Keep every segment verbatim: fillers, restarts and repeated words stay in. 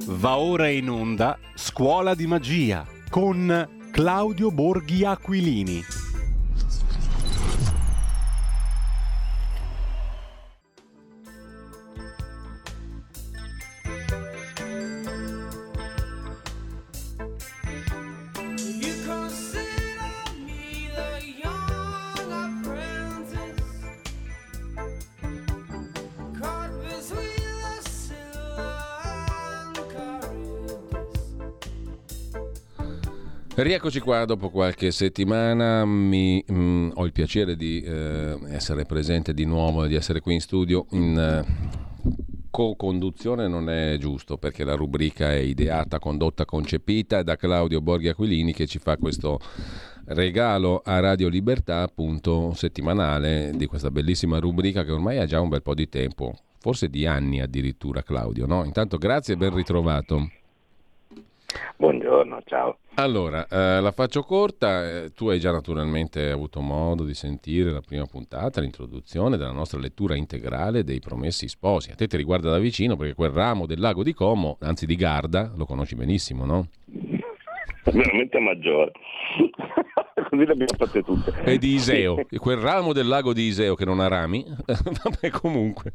Va ora in onda Scuola di Magia con Claudio Borghi Aquilini. Rieccoci qua dopo qualche settimana, mi, mh, ho il piacere di eh, essere presente di nuovo e di essere qui in studio in eh, co-conduzione, non è giusto perché la rubrica è ideata, condotta, concepita da Claudio Borghi Aquilini, che ci fa questo regalo a Radio Libertà, appunto settimanale, di questa bellissima rubrica che ormai ha già un bel po' di tempo, forse di anni addirittura, Claudio, no? Intanto grazie e ben ritrovato. Buongiorno, ciao. Allora, eh, la faccio corta, eh, tu hai già naturalmente avuto modo di sentire la prima puntata, l'introduzione della nostra lettura integrale dei Promessi Sposi. A te ti riguarda da vicino perché quel ramo del lago di Como, anzi di Garda, lo conosci benissimo, no? Veramente maggiore. Così le abbiamo fatte tutte. E di Iseo, quel ramo del lago di Iseo che non ha rami, vabbè comunque.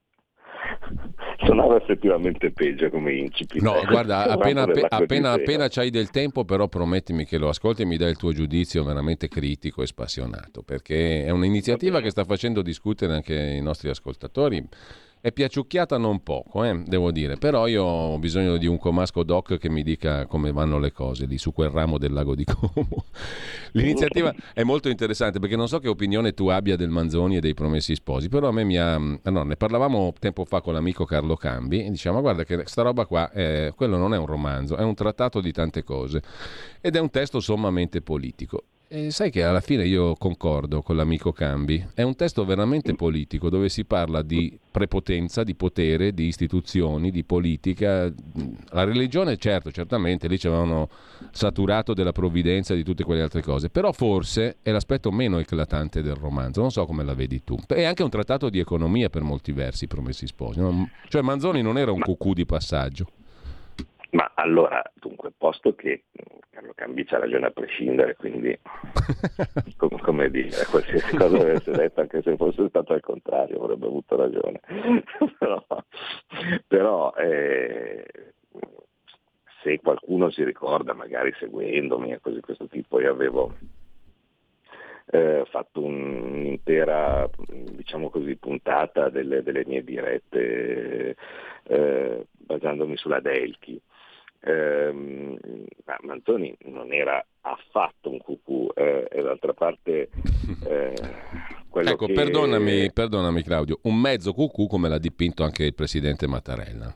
Suonava effettivamente peggio come incipit. No, guarda, appena appena, appena, appena c'hai del tempo, però promettimi che lo ascolti e mi dai il tuo giudizio veramente critico e spassionato, perché è un'iniziativa che sta facendo discutere anche i nostri ascoltatori. È piaciucchiata non poco, eh, devo dire, però io ho bisogno di un comasco doc che mi dica come vanno le cose lì su quel ramo del lago di Como. L'iniziativa è molto interessante perché non so che opinione tu abbia del Manzoni e dei Promessi Sposi, però a me mi ha... No, ne parlavamo tempo fa con l'amico Carlo Cambi e diciamo guarda che sta roba qua, è... quello non è un romanzo, è un trattato di tante cose ed è un testo sommamente politico. E sai che alla fine io concordo con l'amico Cambi, è un testo veramente politico dove si parla di prepotenza, di potere, di istituzioni, di politica. La religione certo, certamente lì ci avevano saturato della provvidenza e di tutte quelle altre cose, però forse è l'aspetto meno eclatante del romanzo, non so come la vedi tu. È anche un trattato di economia per molti versi, Promessi Sposi, no? Cioè Manzoni non era un cucù di passaggio. Ma allora, dunque, posto che Carlo Cambi c'ha ragione a prescindere, quindi come, come dire, qualsiasi cosa avesse detto, anche se fosse stato al contrario, avrebbe avuto ragione. però però eh, se qualcuno si ricorda, magari seguendomi e cose di questo tipo, io avevo eh, fatto un, un'intera, diciamo così, puntata delle, delle mie dirette eh, basandomi sulla Delchi. Eh, Manzoni non era affatto un cucù eh, e d'altra parte eh, quello ecco che... perdonami, perdonami Claudio, un mezzo cucù come l'ha dipinto anche il presidente Mattarella,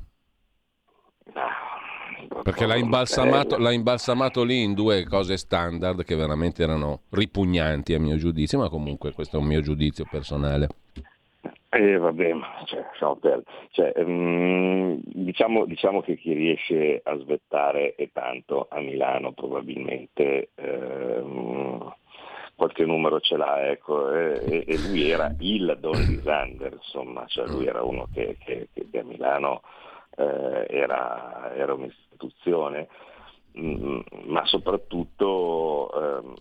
ah, perché l'ha imbalsamato, l'ha imbalsamato lì in due cose standard che veramente erano ripugnanti a mio giudizio, ma comunque questo è un mio giudizio personale. Eh, vabbè, ma cioè, per, cioè, um, diciamo, diciamo che chi riesce a svettare e tanto a Milano probabilmente um, qualche numero ce l'ha, ecco, e, e lui era il Don Lisander, insomma, cioè lui era uno che, che, che a Milano eh, era, era un'istituzione, mm, ma soprattutto um,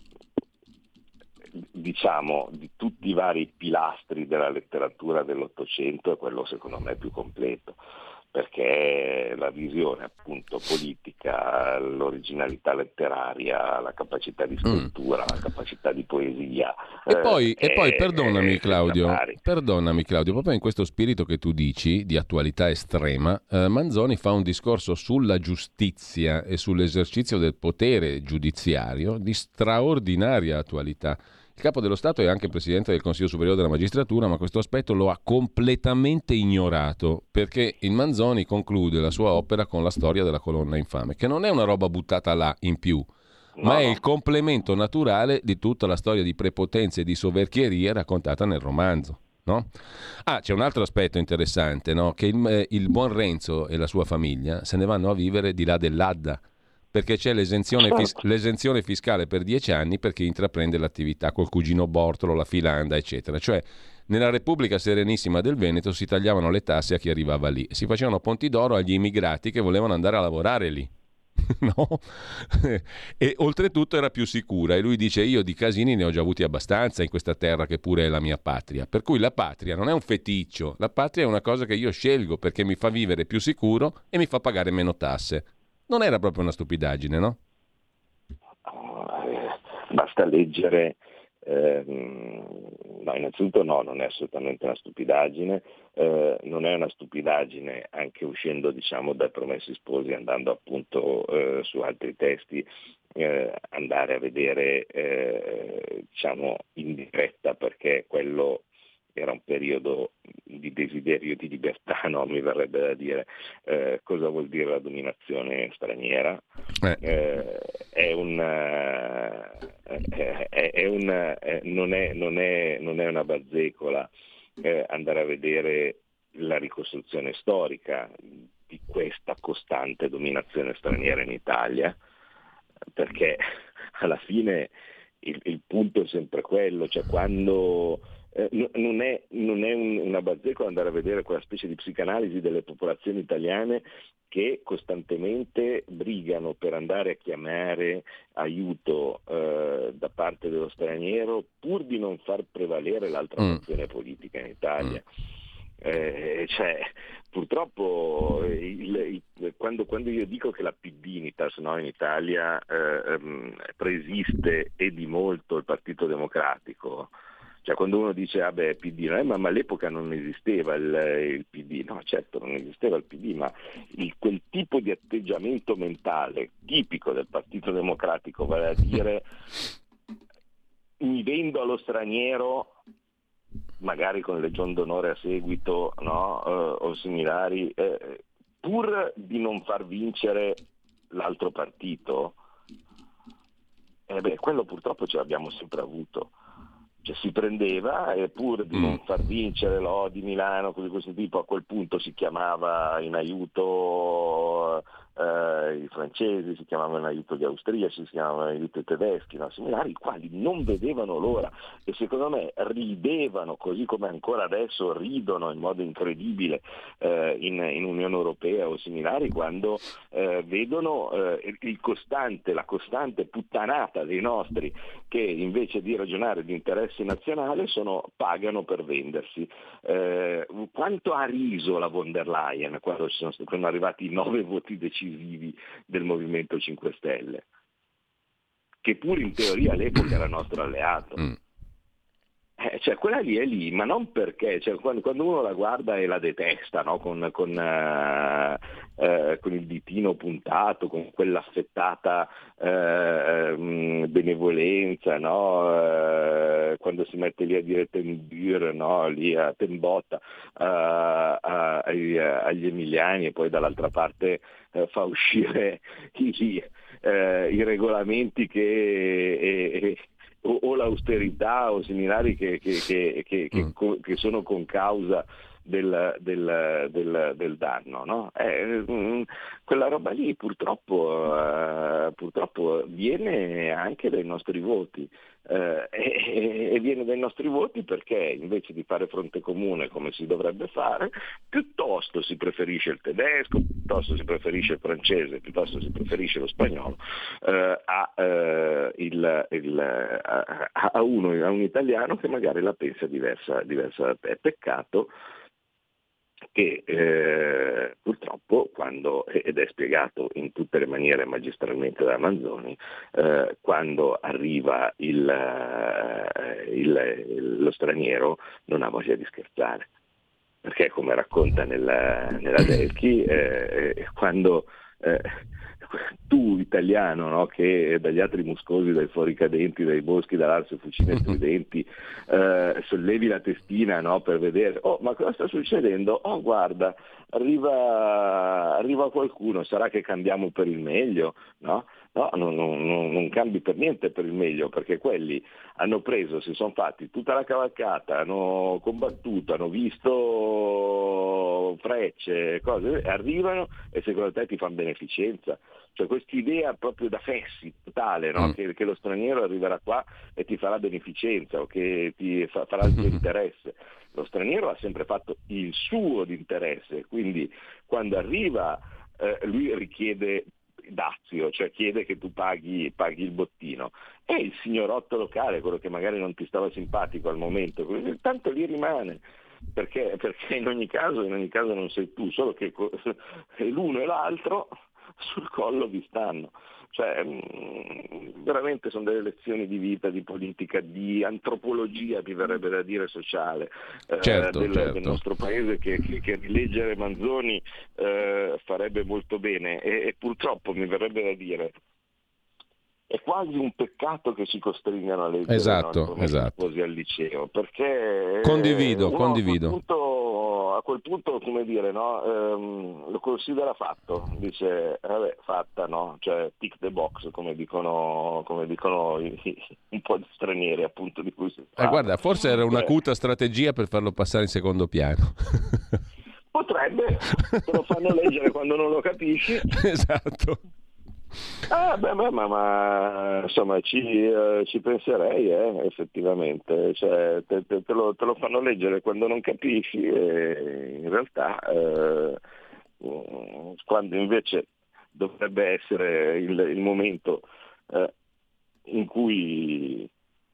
diciamo di tutti i vari pilastri della letteratura dell'Ottocento è quello secondo me più completo, perché la visione appunto politica, l'originalità letteraria, la capacità di scrittura, mm. la capacità di poesia. E poi, eh, e poi è, perdonami è Claudio, perdonami Claudio, proprio in questo spirito che tu dici, di attualità estrema, eh, Manzoni fa un discorso sulla giustizia e sull'esercizio del potere giudiziario di straordinaria attualità. Il capo dello Stato è anche presidente del Consiglio Superiore della Magistratura, ma questo aspetto lo ha completamente ignorato, perché il Manzoni conclude la sua opera con la storia della colonna infame, che non è una roba buttata là in più, no, ma è il complemento naturale di tutta la storia di prepotenza e di soverchieria raccontata nel romanzo. No? Ah, c'è un altro aspetto interessante, no? Che il, eh, il buon Renzo e la sua famiglia se ne vanno a vivere di là dell'Adda, perché c'è l'esenzione, fis- l'esenzione fiscale per dieci anni per chi intraprende l'attività col cugino Bortolo, la filanda, eccetera. Cioè Nella Repubblica Serenissima del Veneto si tagliavano le tasse a chi arrivava lì, si facevano ponti d'oro agli immigrati che volevano andare a lavorare lì. No? E oltretutto era più sicura, e lui dice: io di casini ne ho già avuti abbastanza in questa terra che pure è la mia patria, per cui la patria non è un feticcio, la patria è una cosa che io scelgo perché mi fa vivere più sicuro e mi fa pagare meno tasse. Non era proprio una stupidaggine, no? Basta leggere, ehm, no, innanzitutto no, non è assolutamente una stupidaggine, eh, non è una stupidaggine anche uscendo, diciamo, dai Promessi Sposi, andando appunto eh, su altri testi, eh, andare a vedere eh, diciamo in diretta, perché quello era un periodo di desiderio di libertà, no? Mi verrebbe da dire eh, cosa vuol dire la dominazione straniera. Eh. Eh, è un, eh, è, è un eh, non, è, non, è, non è una bazzecola eh, andare a vedere la ricostruzione storica di questa costante dominazione straniera in Italia, perché alla fine il, il punto è sempre quello, cioè quando Eh, non è, non è un, una bazzecola andare a vedere quella specie di psicanalisi delle popolazioni italiane che costantemente brigano per andare a chiamare aiuto eh, da parte dello straniero pur di non far prevalere l'altra mm. fazione politica in Italia. Mm. Eh, cioè, purtroppo il, il, quando, quando io dico che la Piddinitas, no, in Italia eh, preesiste e di molto il Partito Democratico. Cioè quando uno dice ah beh P D, eh, ma, ma all'epoca non esisteva il, il P D, no certo non esisteva il P D, ma il, quel tipo di atteggiamento mentale tipico del Partito Democratico, vale a dire mi vendo allo straniero, magari con legion d'onore a seguito, no, uh, o similari, eh, pur di non far vincere l'altro partito, eh beh quello purtroppo ce l'abbiamo sempre avuto. Cioè si prendeva e pur di non far vincere l'O di Milano, cose di questo tipo, a quel punto si chiamava in aiuto eh, i francesi, si chiamavano in aiuto gli austriaci, si chiamavano in aiuto i tedeschi, no? Similari, i quali non vedevano l'ora e secondo me ridevano, così come ancora adesso ridono in modo incredibile eh, in, in Unione Europea o similari, quando eh, vedono eh, il costante, la costante puttanata dei nostri che invece di ragionare di interesse nazionale sono, pagano per vendersi. Eh, quanto ha riso la von der Leyen quando sono, sono arrivati i nove voti decisivi del Movimento cinque Stelle, che pur in teoria all'epoca era nostro alleato. Mm. Eh, cioè quella lì è lì, ma non perché, cioè, quando, quando uno la guarda e la detesta, no? con, con, uh, uh, con il ditino puntato, con quell'affettata uh, um, benevolenza, no? uh, quando si mette lì a dire Tembur, no? Lì a Tembotta uh, uh, agli, uh, agli emiliani, e poi dall'altra parte uh, fa uscire i, uh, i regolamenti che... E, e, O, o l'austerità o similari che, che, che, che, che, mm. che sono con causa del, del, del, del danno, no? Eh, quella roba lì purtroppo, eh, purtroppo viene anche dai nostri voti eh, e, e viene dai nostri voti perché invece di fare fronte comune come si dovrebbe fare, piuttosto si preferisce il tedesco, piuttosto si preferisce il francese, piuttosto si preferisce lo spagnolo eh, a, eh, il, il, a, a, uno, a un italiano che magari la pensa diversa, diversa da te. È peccato che eh, purtroppo quando, ed è spiegato in tutte le maniere magistralmente da Manzoni, eh, quando arriva il, il, lo straniero non ha voglia di scherzare, perché come racconta nella, nella Delchi, eh, quando eh, tu italiano, no, che dagli altri muscosi, dai fuoricadenti, dai boschi, dall'arse, fucine e tridenti, eh, sollevi la testina, no, per vedere, oh ma cosa sta succedendo? Oh guarda, arriva, arriva qualcuno, sarà che cambiamo per il meglio? No? No, non, non, non cambi per niente per il meglio, perché quelli hanno preso, si sono fatti tutta la cavalcata, hanno combattuto, hanno visto con frecce, cose, arrivano e secondo te ti fanno beneficenza? Cioè quest'idea proprio da fessi, totale, no? mm. che, che lo straniero arriverà qua e ti farà beneficenza o che ti fa, farà il tuo interesse. Lo straniero ha sempre fatto il suo di interesse, quindi quando arriva eh, lui richiede dazio, cioè chiede che tu paghi, paghi il bottino, e il signorotto locale, quello che magari non ti stava simpatico al momento, tanto lì rimane. Perché, perché in ogni caso in ogni caso non sei tu, solo che l'uno e l'altro sul collo vi stanno. Cioè, veramente sono delle lezioni di vita, di politica, di antropologia, mi verrebbe da dire, sociale, certo, eh, del, certo. del nostro paese, che, che, che rileggere Manzoni eh, farebbe molto bene, e, e purtroppo mi verrebbe da dire è quasi un peccato che ci costringano a leggere, esatto, no, esatto. così al liceo, perché condivido, uno condivido. A quel punto, a quel punto come dire, no, ehm, lo considera fatto, dice vabbè, fatta, no? Cioè tick the box, come dicono, come dicono i, i, un po' di stranieri, appunto, di cui si parla. Eh, guarda, forse era un'acuta eh. strategia per farlo passare in secondo piano. Potrebbe, te lo fanno leggere quando non lo capisci. Esatto. Ah, beh, ma, ma, ma insomma ci, eh, ci penserei, eh, effettivamente, cioè, te, te, te, lo, te lo fanno leggere quando non capisci, e in realtà eh, quando invece dovrebbe essere il, il momento eh, in cui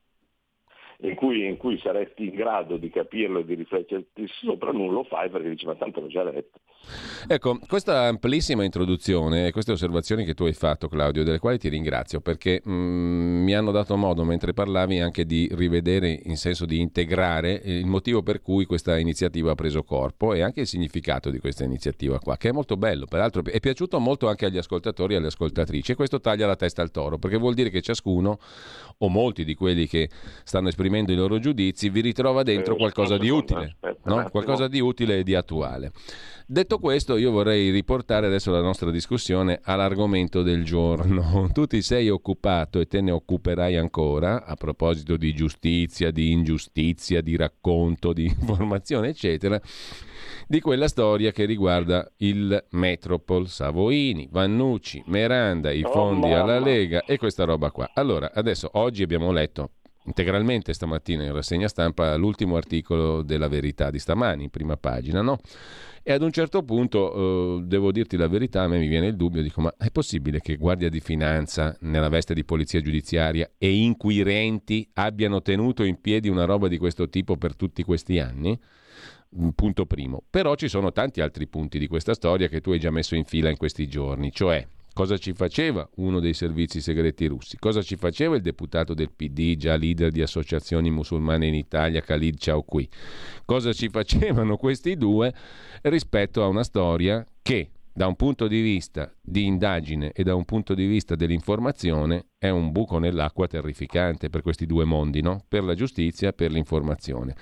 In cui, in cui saresti in grado di capirlo e di rifletterti sopra, non lo fai perché dici ma tanto l'ho già letto. Ecco, questa amplissima introduzione e queste osservazioni che tu hai fatto, Claudio, delle quali ti ringrazio, perché mh, mi hanno dato modo, mentre parlavi, anche di rivedere, in senso di integrare, il motivo per cui questa iniziativa ha preso corpo e anche il significato di questa iniziativa qua, che è molto bello. Peraltro è piaciuto molto anche agli ascoltatori e alle ascoltatrici, e questo taglia la testa al toro, perché vuol dire che ciascuno, o molti di quelli che stanno esprimendo i loro giudizi, vi ritrova dentro qualcosa di utile, no? Qualcosa di utile e di attuale. Detto questo, io vorrei riportare adesso la nostra discussione all'argomento del giorno. Tu ti sei occupato e te ne occuperai ancora, a proposito di giustizia, di ingiustizia, di racconto, di informazione, eccetera, di quella storia che riguarda il Metropol, Savoini, Vannucci, Meranda, i fondi alla Lega e questa roba qua. Allora, adesso oggi abbiamo letto integralmente stamattina in rassegna stampa l'ultimo articolo della Verità di stamani, in prima pagina, no? E ad un certo punto, eh, devo dirti la verità, a me mi viene il dubbio, dico, ma è possibile che Guardia di Finanza, nella veste di polizia giudiziaria, e inquirenti abbiano tenuto in piedi una roba di questo tipo per tutti questi anni? Punto primo. Però ci sono tanti altri punti di questa storia che tu hai già messo in fila in questi giorni, cioè cosa ci faceva uno dei servizi segreti russi, cosa ci faceva il deputato del P D, già leader di associazioni musulmane in Italia, Khalid Chowkhury, cosa ci facevano questi due rispetto a una storia che da un punto di vista di indagine e da un punto di vista dell'informazione è un buco nell'acqua terrificante per questi due mondi, no? Per la giustizia, per l'informazione.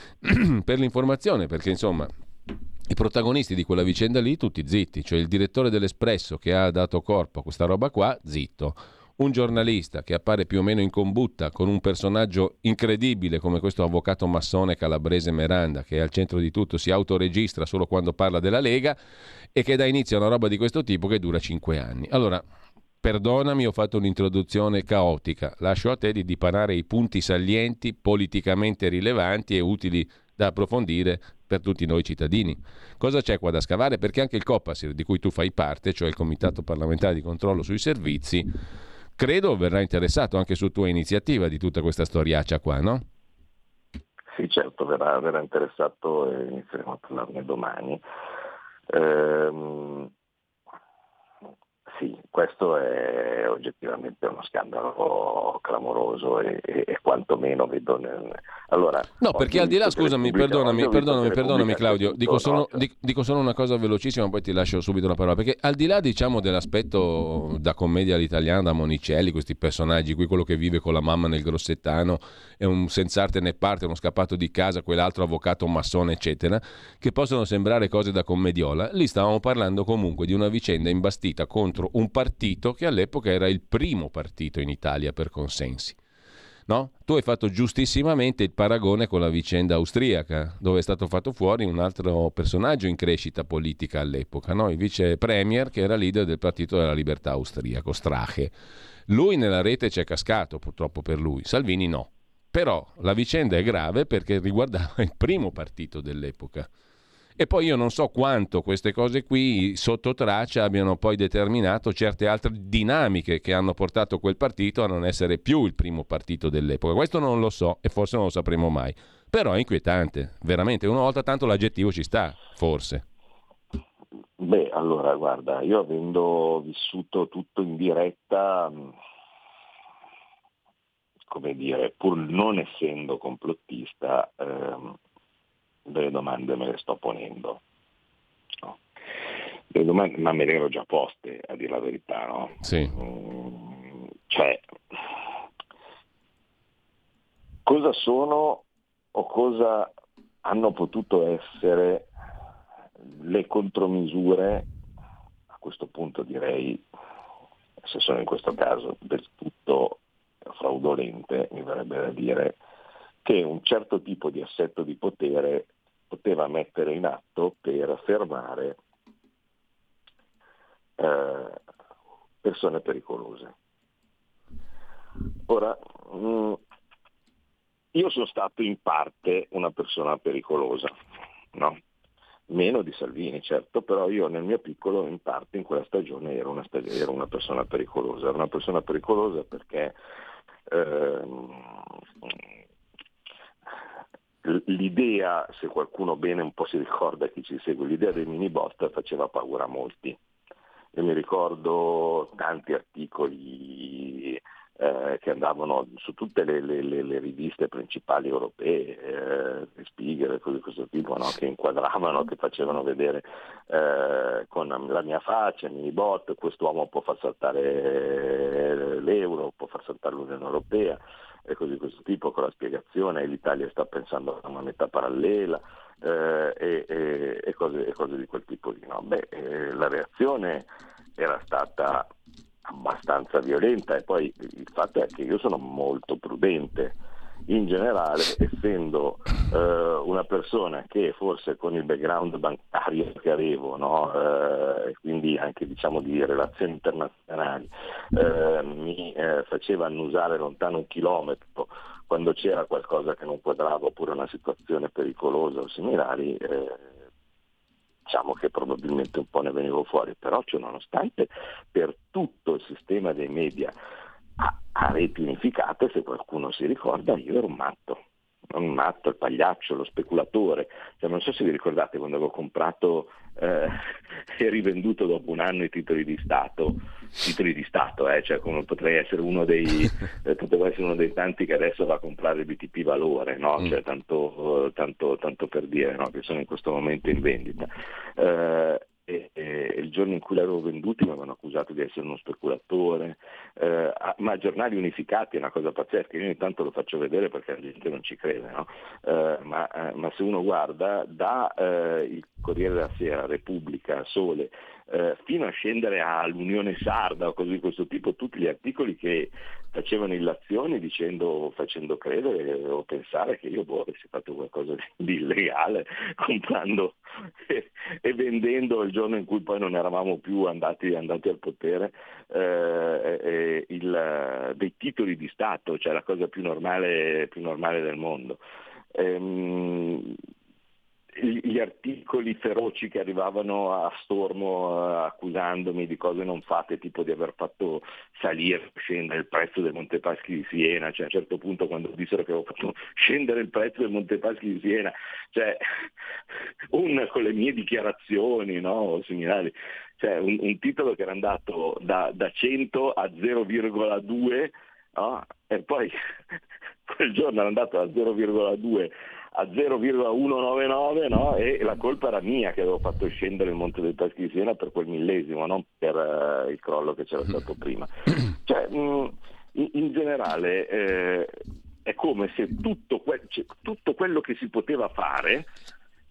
Per l'informazione perché insomma i protagonisti di quella vicenda lì tutti zitti, cioè il direttore dell'Espresso che ha dato corpo a questa roba qua, zitto, un giornalista che appare più o meno in combutta con un personaggio incredibile come questo avvocato massone calabrese Meranda, che è al centro di tutto, si autoregistra solo quando parla della Lega e che dà inizio a una roba di questo tipo che dura cinque anni. Allora, perdonami, ho fatto un'introduzione caotica, lascio a te di dipanare i punti salienti, politicamente rilevanti e utili da approfondire per tutti noi cittadini. Cosa c'è qua da scavare? Perché anche il Copasir, di cui tu fai parte, cioè il Comitato Parlamentare di Controllo sui Servizi, credo verrà interessato anche su tua iniziativa di tutta questa storiaccia qua, no? Sì, certo, verrà, verrà interessato e inizieremo a parlarne domani. Ehm... Sì, questo è oggettivamente uno scandalo clamoroso e, e, e quantomeno vedo nel... Allora, no, perché al di là, scusami, perdonami, perdonami, perdonami Claudio, dico solo, no, dico solo una cosa velocissima, poi ti lascio subito la parola, perché al di là, diciamo, dell'aspetto da commedia all'italiana, da Monicelli, questi personaggi qui, quello che vive con la mamma nel Grossetano è un senz'arte né parte, uno scappato di casa, quell'altro avvocato massone, eccetera, che possono sembrare cose da commediola, lì stavamo parlando comunque di una vicenda imbastita contro un partito che all'epoca era il primo partito in Italia per consensi. No? Tu hai fatto giustissimamente il paragone con la vicenda austriaca, dove è stato fatto fuori un altro personaggio in crescita politica all'epoca, no? Il vice premier che era leader del Partito della Libertà austriaco, Strache. Lui nella rete c'è cascato, purtroppo per lui, Salvini no. Però la vicenda è grave perché riguardava il primo partito dell'epoca. E poi io non so quanto queste cose qui sotto traccia abbiano poi determinato certe altre dinamiche che hanno portato quel partito a non essere più il primo partito dell'epoca. Questo non lo so e forse non lo sapremo mai. Però è inquietante, veramente. Una volta tanto l'aggettivo ci sta, forse. Beh, allora, guarda, io avendo vissuto tutto in diretta, come dire, pur non essendo complottista, ehm, delle domande me le sto ponendo, no? Delle domande, ma me le ero già poste, a dire la verità, no? Sì. Mm, cioè, cosa sono o cosa hanno potuto essere le contromisure, a questo punto direi, se sono in questo caso del tutto fraudolente, mi verrebbe da dire, che un certo tipo di assetto di potere poteva mettere in atto per fermare eh, persone pericolose. Ora, mh, io sono stato in parte una persona pericolosa, no? Meno di Salvini, certo, però io nel mio piccolo in parte in quella stagione ero una, stag- ero una persona pericolosa. Ero una persona pericolosa perché ehm, l'idea, se qualcuno bene un po' si ricorda, chi ci segue, l'idea dei mini bot faceva paura a molti. Io mi ricordo tanti articoli eh, che andavano su tutte le, le, le riviste principali europee, eh, Spiegel e cose di questo tipo, no? Che inquadravano, che facevano vedere eh, con la mia faccia, mini bot, quest'uomo può far saltare l'euro, può far saltare l'Unione Europea, e cose di questo tipo, con la spiegazione l'Italia sta pensando a una moneta parallela eh, e, e, e, cose, e cose di quel tipo lì. No? Beh, eh, la reazione era stata abbastanza violenta e poi il fatto è che io sono molto prudente in generale, essendo eh, una persona che forse con il background bancario che avevo, no? eh, quindi anche diciamo di relazioni internazionali, eh, mi eh, faceva annusare lontano un chilometro quando c'era qualcosa che non quadrava oppure una situazione pericolosa o similari, eh, diciamo che probabilmente un po' ne venivo fuori, però ciò nonostante per tutto il sistema dei media a, a reti unificate, se qualcuno si ricorda, io ero un matto, un matto, il pagliaccio, lo speculatore. Cioè, non so se vi ricordate quando avevo comprato eh, e rivenduto dopo un anno i titoli di Stato, titoli di Stato, eh, cioè come potrei essere uno dei eh, potevo essere uno dei tanti che adesso va a comprare B T P Valore, no? Cioè, tanto, tanto, tanto per dire, no? Che sono in questo momento in vendita. Eh, E, e il giorno in cui l'avevo venduti mi avevano accusato di essere uno speculatore, eh, ma a giornali unificati è una cosa pazzesca. Io ogni tanto lo faccio vedere perché la gente non ci crede, no? eh, ma, eh, ma se uno guarda da eh, il Corriere della Sera, Repubblica, Sole, eh, fino a scendere all'Unione Sarda o cose di questo tipo, tutti gli articoli che facevano illazioni dicendo, facendo credere o pensare che io boh, avessi fatto qualcosa di illegale comprando e, e vendendo il giorno in cui poi non eravamo più andati, andati al potere eh, eh, il, dei titoli di Stato, cioè la cosa più normale, più normale del mondo. Ehm, gli articoli feroci che arrivavano a stormo uh, accusandomi di cose non fatte, tipo di aver fatto salire, scendere il prezzo del Montepaschi di Siena, cioè a un certo punto quando dissero che avevo fatto scendere il prezzo del Montepaschi di Siena, cioè un con le mie dichiarazioni, no, similari, cioè un, un titolo che era andato da, da cento a zero virgola due, no? E poi quel giorno era andato da zero virgola due a zero virgola centonovantanove, no? E la colpa era mia che avevo fatto scendere il Monte dei Paschi di Siena per quel millesimo, non per uh, il crollo che c'era stato prima. Cioè, mh, in, in generale eh, è come se tutto, que- cioè, tutto quello che si poteva fare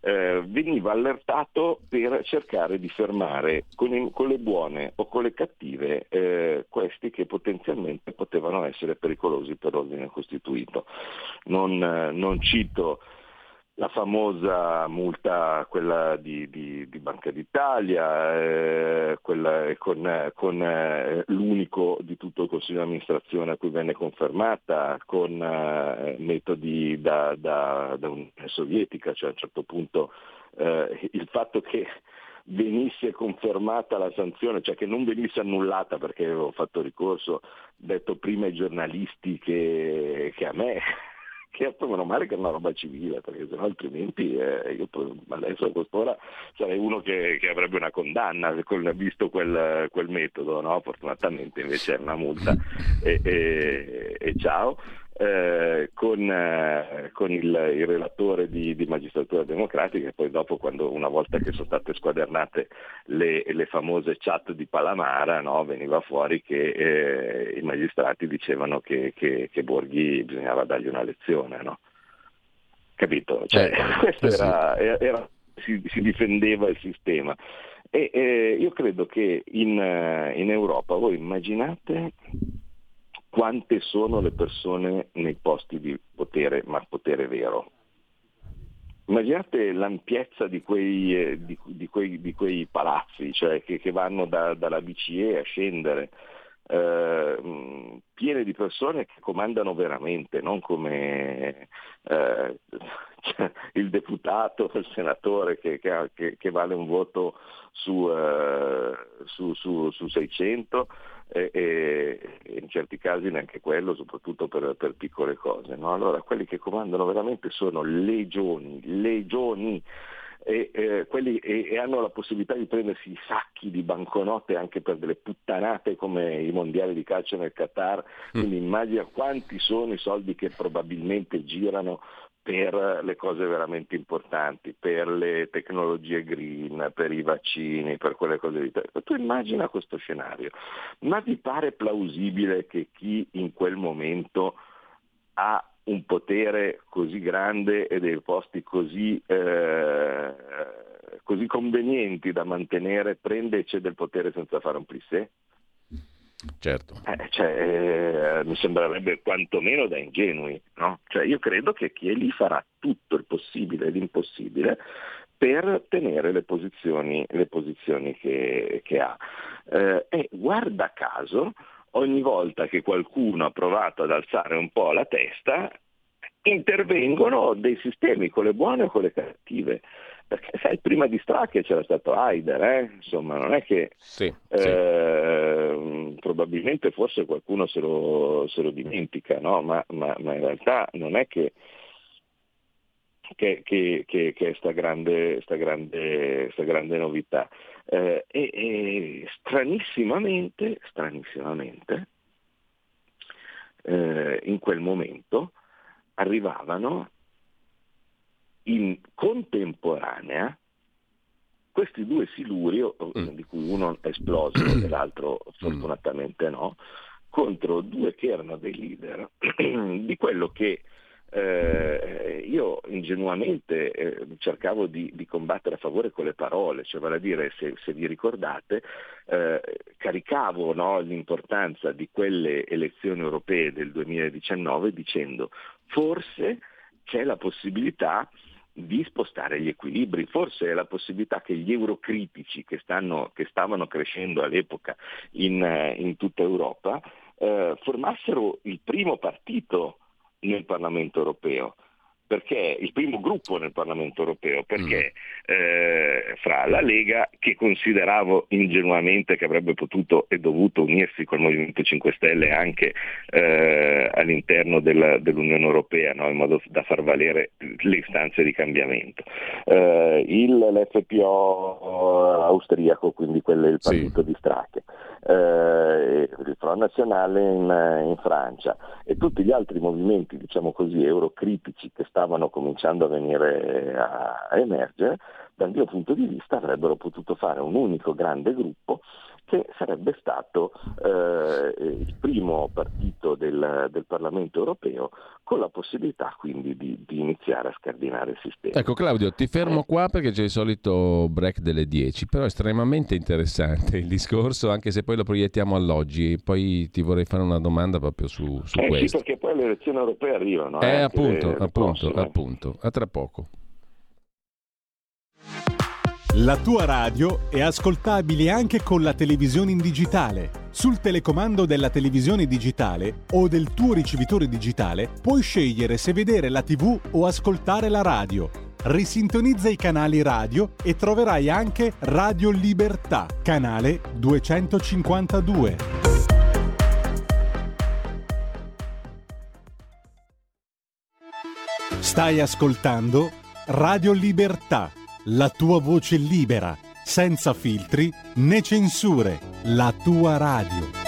eh, veniva allertato per cercare di fermare con, i, con le buone o con le cattive eh, questi che potenzialmente potevano essere pericolosi per l'ordine costituito. Non, eh, non cito la famosa multa, quella di, di, di Banca d'Italia, eh, quella con, con eh, l'unico di tutto il Consiglio di amministrazione a cui venne confermata, con eh, metodi da, da, da Unione Sovietica, cioè a un certo punto eh, il fatto che venisse confermata la sanzione, cioè che non venisse annullata perché avevo fatto ricorso, detto prima ai giornalisti che, che a me, che meno male che è una roba civile, perché sennò altrimenti eh, io adesso a quest'ora sarei uno che, che avrebbe una condanna, visto quel, quel metodo, no? Fortunatamente invece è una multa e, e, e ciao. Eh, con, eh, con il, il relatore di, di Magistratura Democratica, e poi dopo, quando una volta che sono state squadernate le, le famose chat di Palamara, no, veniva fuori che eh, i magistrati dicevano che, che, che Borghi bisognava dargli una lezione, no? Capito? Cioè, eh, questo eh era, sì. era, era si, si difendeva il sistema e eh, io credo che in, in Europa, voi immaginate quante sono le persone nei posti di potere, ma potere vero. Immaginate l'ampiezza di quei, eh, di, di quei, di quei palazzi, cioè che, che vanno da, dalla B C E a scendere, eh, piene di persone che comandano veramente, non come eh, cioè, il deputato, il senatore che, che, che, che vale un voto su, eh, su, su, su seicento. E, e in certi casi neanche quello, soprattutto per, per piccole cose, no? Allora quelli che comandano veramente sono legioni, legioni e, eh, quelli, e, e hanno la possibilità di prendersi i sacchi di banconote anche per delle puttanate come i mondiali di calcio nel Qatar, quindi immagina quanti sono i soldi che probabilmente girano per le cose veramente importanti, per le tecnologie green, per i vaccini, per quelle cose lì. Tu immagina questo scenario, ma vi pare plausibile che chi in quel momento ha un potere così grande e dei posti così, eh, così convenienti da mantenere prende e cede il potere senza fare un plissé? Certo. Eh, cioè, eh, mi sembrerebbe quantomeno da ingenui, no? Cioè, io credo che chi è lì farà tutto il possibile e l'impossibile per tenere le posizioni, le posizioni che, che ha. Eh, e guarda caso, ogni volta che qualcuno ha provato ad alzare un po' la testa, intervengono dei sistemi con le buone o con le cattive. Perché sai, prima di Strache c'era stato Haider, eh? Insomma, non è che sì, eh, sì. probabilmente forse qualcuno se lo, se lo dimentica, no? ma, ma, ma in realtà non è che che, che, che, che è sta grande, sta grande, sta grande novità. Eh, e, e stranissimamente, stranissimamente eh, in quel momento arrivavano in contemporanea questi due siluri, mm. di cui uno è esploso e l'altro fortunatamente no, contro due che erano dei leader di quello che eh, io ingenuamente eh, cercavo di, di combattere a favore con le parole, cioè vale a dire, se, se vi ricordate, eh, caricavo, no, l'importanza di quelle elezioni europee del duemiladiciannove dicendo forse c'è la possibilità di spostare gli equilibri, forse è la possibilità che gli eurocritici che, stanno, che stavano crescendo all'epoca in, in tutta Europa eh, formassero il primo partito nel Parlamento europeo, perché il primo gruppo nel Parlamento europeo, perché eh, fra la Lega, che consideravo ingenuamente che avrebbe potuto e dovuto unirsi col Movimento cinque Stelle anche eh, all'interno della, dell'Unione Europea, no? In modo da far valere le istanze di cambiamento, eh, il, l'F P O austriaco, quindi quello è il partito sì. di Strache, eh, il Front Nazionale in, in Francia e tutti gli altri movimenti, diciamo così, eurocritici che stavano cominciando a venire a, a emergere, dal mio punto di vista avrebbero potuto fare un unico grande gruppo che sarebbe stato eh, il primo partito del, del Parlamento europeo con la possibilità quindi di, di iniziare a scardinare il sistema. Ecco Claudio, ti fermo qua perché c'è il solito break delle dieci, però è estremamente interessante il discorso, anche se poi lo proiettiamo all'oggi. Poi ti vorrei fare una domanda proprio su, su eh, questo. Sì, perché poi le elezioni europee arrivano. Eh, eh, appunto, le, le appunto, prossime. appunto. A tra poco. La tua radio è ascoltabile anche con la televisione in digitale. Sul telecomando della televisione digitale o del tuo ricevitore digitale puoi scegliere se vedere la tivù o ascoltare la radio. Risintonizza i canali radio e troverai anche Radio Libertà, canale duecentocinquantadue. Stai ascoltando Radio Libertà, la tua voce libera, senza filtri né censure, la tua radio.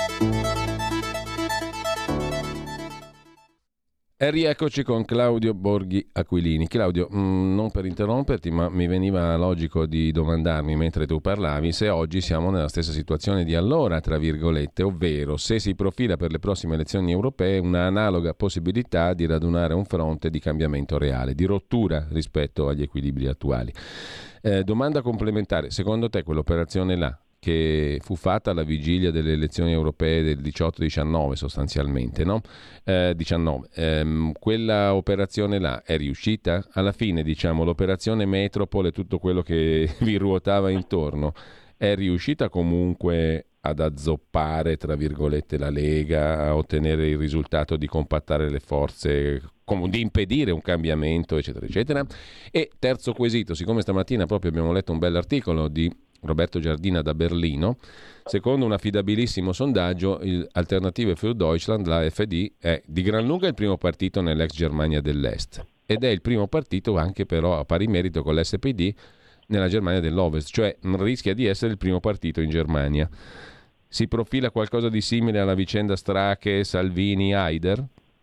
E rieccoci con Claudio Borghi Aquilini. Claudio, mh, non per interromperti, ma mi veniva logico di domandarmi mentre tu parlavi se oggi siamo nella stessa situazione di allora, tra virgolette, ovvero se si profila per le prossime elezioni europee una analoga possibilità di radunare un fronte di cambiamento reale, di rottura rispetto agli equilibri attuali. Eh, domanda complementare, secondo te quell'operazione là, che fu fatta alla vigilia delle elezioni europee del diciotto diciannove sostanzialmente, no? Eh, diciannove. Ehm, quella operazione là è riuscita? Alla fine, diciamo, l'operazione Metropol e tutto quello che vi ruotava intorno è riuscita comunque ad azzoppare, tra virgolette, la Lega, a ottenere il risultato di compattare le forze, di impedire un cambiamento, eccetera, eccetera. E terzo quesito, siccome stamattina proprio abbiamo letto un bell'articolo di Roberto Giardina da Berlino, secondo un affidabilissimo sondaggio il Alternative für Deutschland, la A F D, è di gran lunga il primo partito nell'ex Germania dell'Est ed è il primo partito anche però a pari merito con l'S P D nella Germania dell'Ovest, cioè rischia di essere il primo partito in Germania. Si profila qualcosa di simile alla vicenda Strache, Salvini, Haider?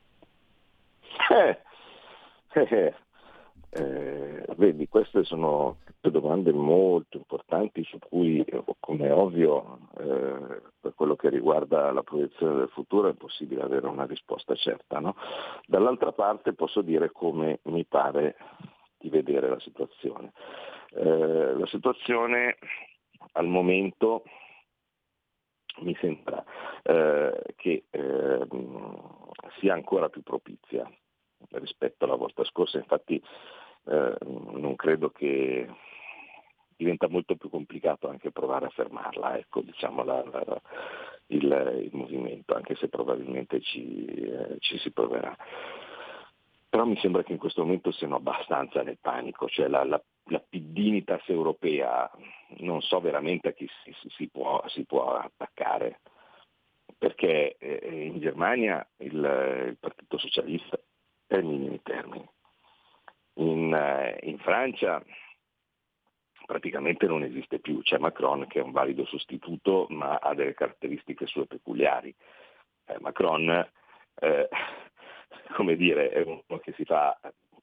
Eh, eh, eh, vedi, queste sono domande molto importanti su cui, come è ovvio, eh, per quello che riguarda la proiezione del futuro è possibile avere una risposta certa, no? Dall'altra parte posso dire come mi pare di vedere la situazione. Eh, la situazione al momento mi sembra eh, che eh, sia ancora più propizia rispetto alla volta scorsa, infatti eh, non credo che diventa molto più complicato anche provare a fermarla, ecco, diciamo la, la, il, il movimento, anche se probabilmente ci, eh, ci si proverà. Però mi sembra che in questo momento siano abbastanza nel panico, cioè la, la, la Piddinitas europea non so veramente a chi si, si, può, si può attaccare, perché eh, in Germania il, il Partito Socialista è ai minimi termini, in, eh, in Francia praticamente non esiste più, c'è Macron che è un valido sostituto ma ha delle caratteristiche sue peculiari. Eh, Macron, eh, come dire, è uno che si fa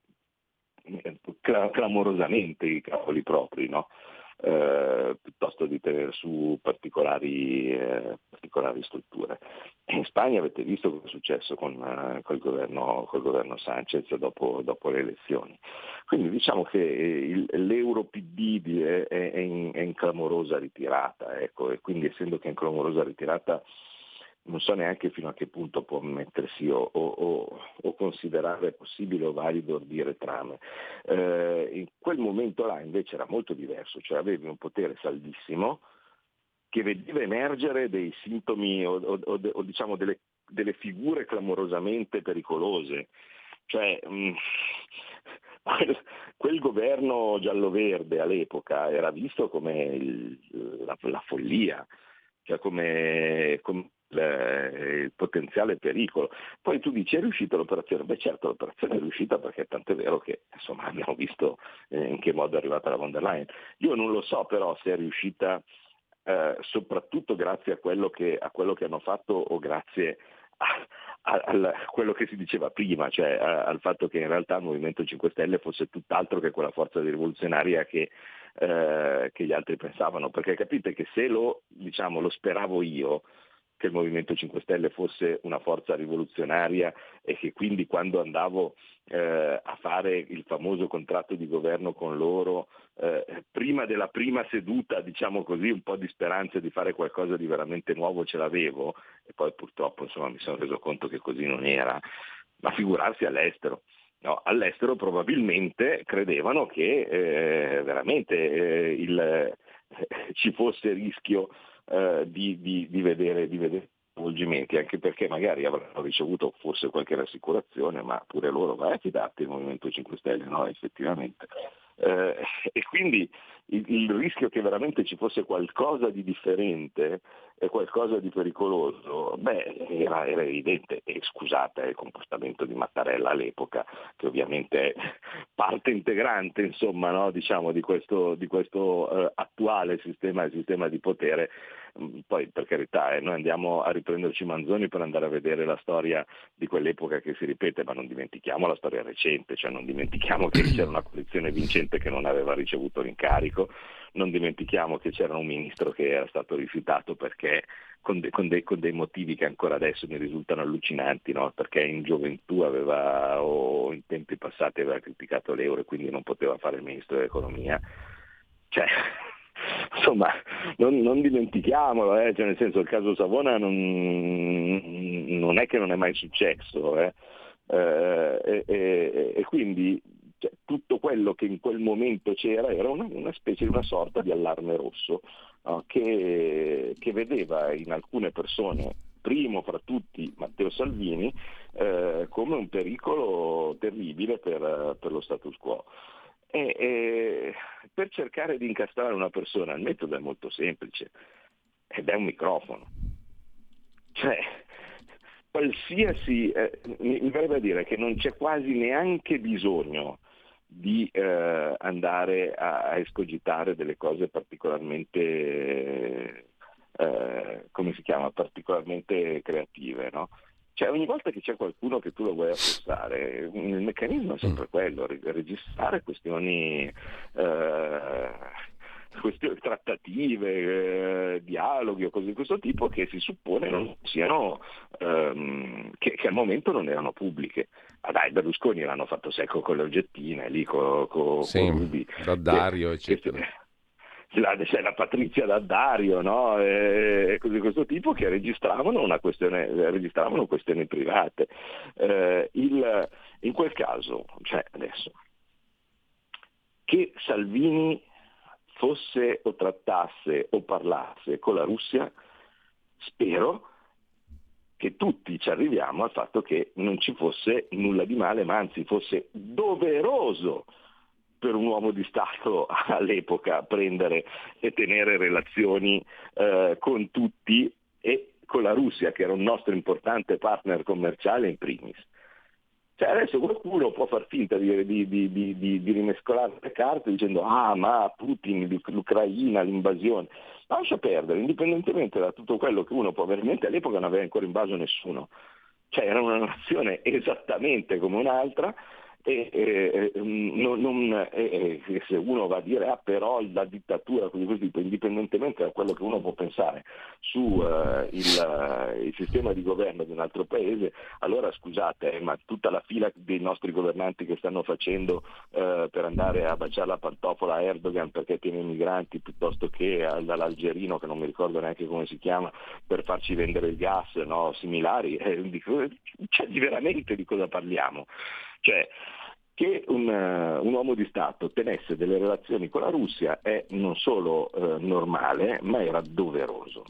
clamorosamente i cavoli propri, no? Eh, piuttosto di tenere su particolari, eh, particolari strutture. In Spagna avete visto cosa è successo con, eh, col governo, col governo Sanchez dopo, dopo le elezioni. Quindi diciamo che il, l'Euro-P D è, è, in, è in clamorosa ritirata, ecco, e quindi essendo che è in clamorosa ritirata non so neanche fino a che punto può mettersi o, o, o considerare possibile o valido ordire trame. Eh, in quel momento là invece era molto diverso, cioè avevi un potere saldissimo che vedeva emergere dei sintomi o, o, o, o diciamo delle, delle figure clamorosamente pericolose. Cioè mh, quel, quel governo giallo-verde all'epoca era visto come il, la, la follia, cioè come, come il potenziale pericolo. Poi tu dici è riuscita l'operazione? Beh certo, l'operazione è riuscita perché tanto è vero che insomma abbiamo visto eh, in che modo è arrivata la von der Leyen. Io non lo so però se è riuscita eh, soprattutto grazie a quello che a quello che hanno fatto o grazie a, a, a quello che si diceva prima, cioè a, al fatto che in realtà il Movimento cinque Stelle fosse tutt'altro che quella forza rivoluzionaria che eh, che gli altri pensavano, perché capite che se lo, diciamo, lo speravo io, che il Movimento cinque Stelle fosse una forza rivoluzionaria e che quindi quando andavo eh, a fare il famoso contratto di governo con loro, eh, prima della prima seduta, diciamo così, un po' di speranza di fare qualcosa di veramente nuovo ce l'avevo, e poi purtroppo insomma mi sono reso conto che così non era, ma figurarsi all'estero. No, all'estero probabilmente credevano che eh, veramente eh, il, eh, ci fosse rischio eh, di, di, di vedere di vedere svolgimenti, anche perché magari avranno ricevuto forse qualche rassicurazione, ma pure loro vai a fidarti il Movimento cinque Stelle, no? Effettivamente. Eh, e quindi il, il rischio che veramente ci fosse qualcosa di differente e qualcosa di pericoloso, beh, era, era evidente, e scusate il comportamento di Mattarella all'epoca, che ovviamente è parte integrante, insomma, no, diciamo, di questo, di questo eh, attuale sistema, sistema di potere. Poi per carità, eh, noi andiamo a riprenderci Manzoni per andare a vedere la storia di quell'epoca che si ripete, ma non dimentichiamo la storia recente, cioè non dimentichiamo che c'era una coalizione vincente che non aveva ricevuto l'incarico, non dimentichiamo che c'era un ministro che era stato rifiutato perché con, de, con, de, con dei motivi che ancora adesso mi risultano allucinanti, no? Perché in gioventù aveva o in tempi passati aveva criticato l'euro e quindi non poteva fare il ministro dell'economia. Cioè, insomma, non, non dimentichiamolo, eh? Cioè, nel senso, il caso Savona non, non è che non è mai successo, eh? Eh, e, e, e quindi cioè, tutto quello che in quel momento c'era era una, una specie di una sorta di allarme rosso, no? che, che vedeva in alcune persone, primo fra tutti Matteo Salvini, eh, come un pericolo terribile per, per lo status quo. E, e per cercare di incastrare una persona il metodo è molto semplice ed è un microfono. Cioè, qualsiasi, eh, mi, mi verrebbe a dire che non c'è quasi neanche bisogno di eh, andare a, a escogitare delle cose particolarmente, eh, come si chiama, particolarmente creative, no? Cioè ogni volta che c'è qualcuno che tu lo vuoi affossare, il meccanismo è sempre quello, registrare questioni, eh, questioni trattative, eh, dialoghi o cose di questo tipo che si suppone non siano, ehm, che, che al momento non erano pubbliche. Ah dai, Berlusconi l'hanno fatto secco con le oggettine, lì con, con, sì, con Rubi. da Dario, che, eccetera. Che, c'è la Patrizia D'Addario, no? E cose di questo tipo che registravano una questione, registravano questioni private. Eh, il, in quel caso, cioè adesso, che Salvini fosse o trattasse o parlasse con la Russia, spero che tutti ci arriviamo al fatto che non ci fosse nulla di male, ma anzi fosse doveroso per un uomo di Stato all'epoca prendere e tenere relazioni eh, con tutti e con la Russia, che era un nostro importante partner commerciale in primis. Cioè adesso qualcuno può far finta di, di, di, di, di, di rimescolare le carte dicendo ah ma Putin, l'Ucraina, l'invasione. Ma lascia perdere, indipendentemente da tutto quello che uno può avere in mente, all'epoca non aveva ancora invaso nessuno. Cioè era una nazione esattamente come un'altra. E, e, non, non, e, e se uno va a dire ah però la dittatura così così, indipendentemente da quello che uno può pensare su uh, il, uh, il sistema di governo di un altro paese, allora scusate eh, ma tutta la fila dei nostri governanti che stanno facendo uh, per andare a baciare la pantofola a Erdogan perché tiene i migranti piuttosto che all'algerino che non mi ricordo neanche come si chiama per farci vendere il gas, no? Similari, eh, cioè veramente di cosa parliamo? Cioè, che un, uh, un uomo di Stato tenesse delle relazioni con la Russia è non solo uh, normale, ma era doveroso.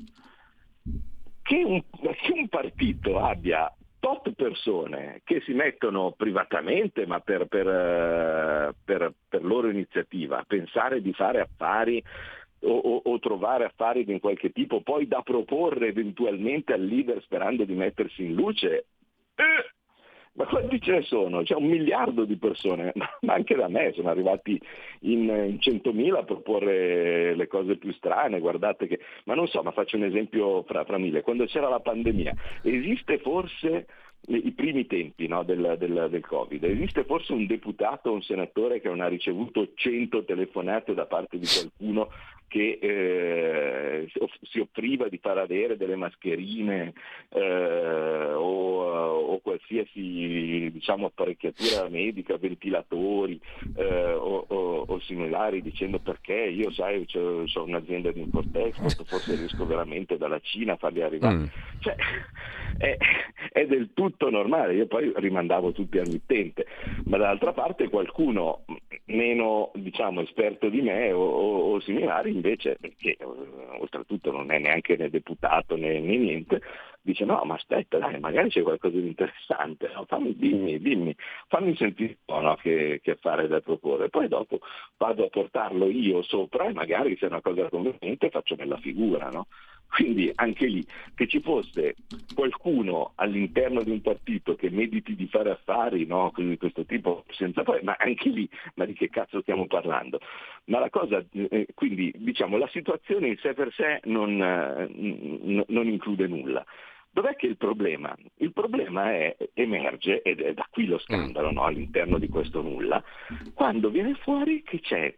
Che un, che un partito abbia tot persone che si mettono privatamente, ma per, per, uh, per, per loro iniziativa, a pensare di fare affari o, o, o trovare affari di qualche tipo, poi da proporre eventualmente al leader sperando di mettersi in luce, eh, ma quanti ce ne sono? C'è un miliardo di persone, ma anche da me sono arrivati in, in centomila a proporre le cose più strane, guardate che, ma non so, ma faccio un esempio fra, fra mille, quando c'era la pandemia, esiste forse i primi tempi, no, del, del, del Covid. Esiste forse un deputato o un senatore che non ha ricevuto cento telefonate da parte di qualcuno che eh, si offriva di far avere delle mascherine eh, o, o qualsiasi, diciamo, apparecchiatura medica, ventilatori eh, o, o, o similari, dicendo perché io, sai, ho un'azienda di import-export, forse riesco veramente dalla Cina a farli arrivare. Mm. Cioè, è, è del tutto normale. Io poi rimandavo tutti al mittente, ma dall'altra parte qualcuno meno, diciamo, esperto di me o, o, o similari invece, che oltretutto non è neanche né deputato né, né niente, dice no, ma aspetta, dai, magari c'è qualcosa di interessante, no? fammi, dimmi, dimmi, fammi sentire no, che, che fare da proporre, poi dopo vado a portarlo io sopra e magari se è una cosa conveniente faccio bella figura, no? Quindi anche lì, che ci fosse qualcuno all'interno di un partito che mediti di fare affari, no, di questo tipo, senza poi, ma anche lì, ma di che cazzo stiamo parlando? Ma la cosa, eh, quindi diciamo, la situazione in sé per sé non, eh, n- non include nulla. Dov'è che il problema? Il problema è, emerge, ed è da qui lo scandalo, no, all'interno di questo nulla, quando viene fuori che c'è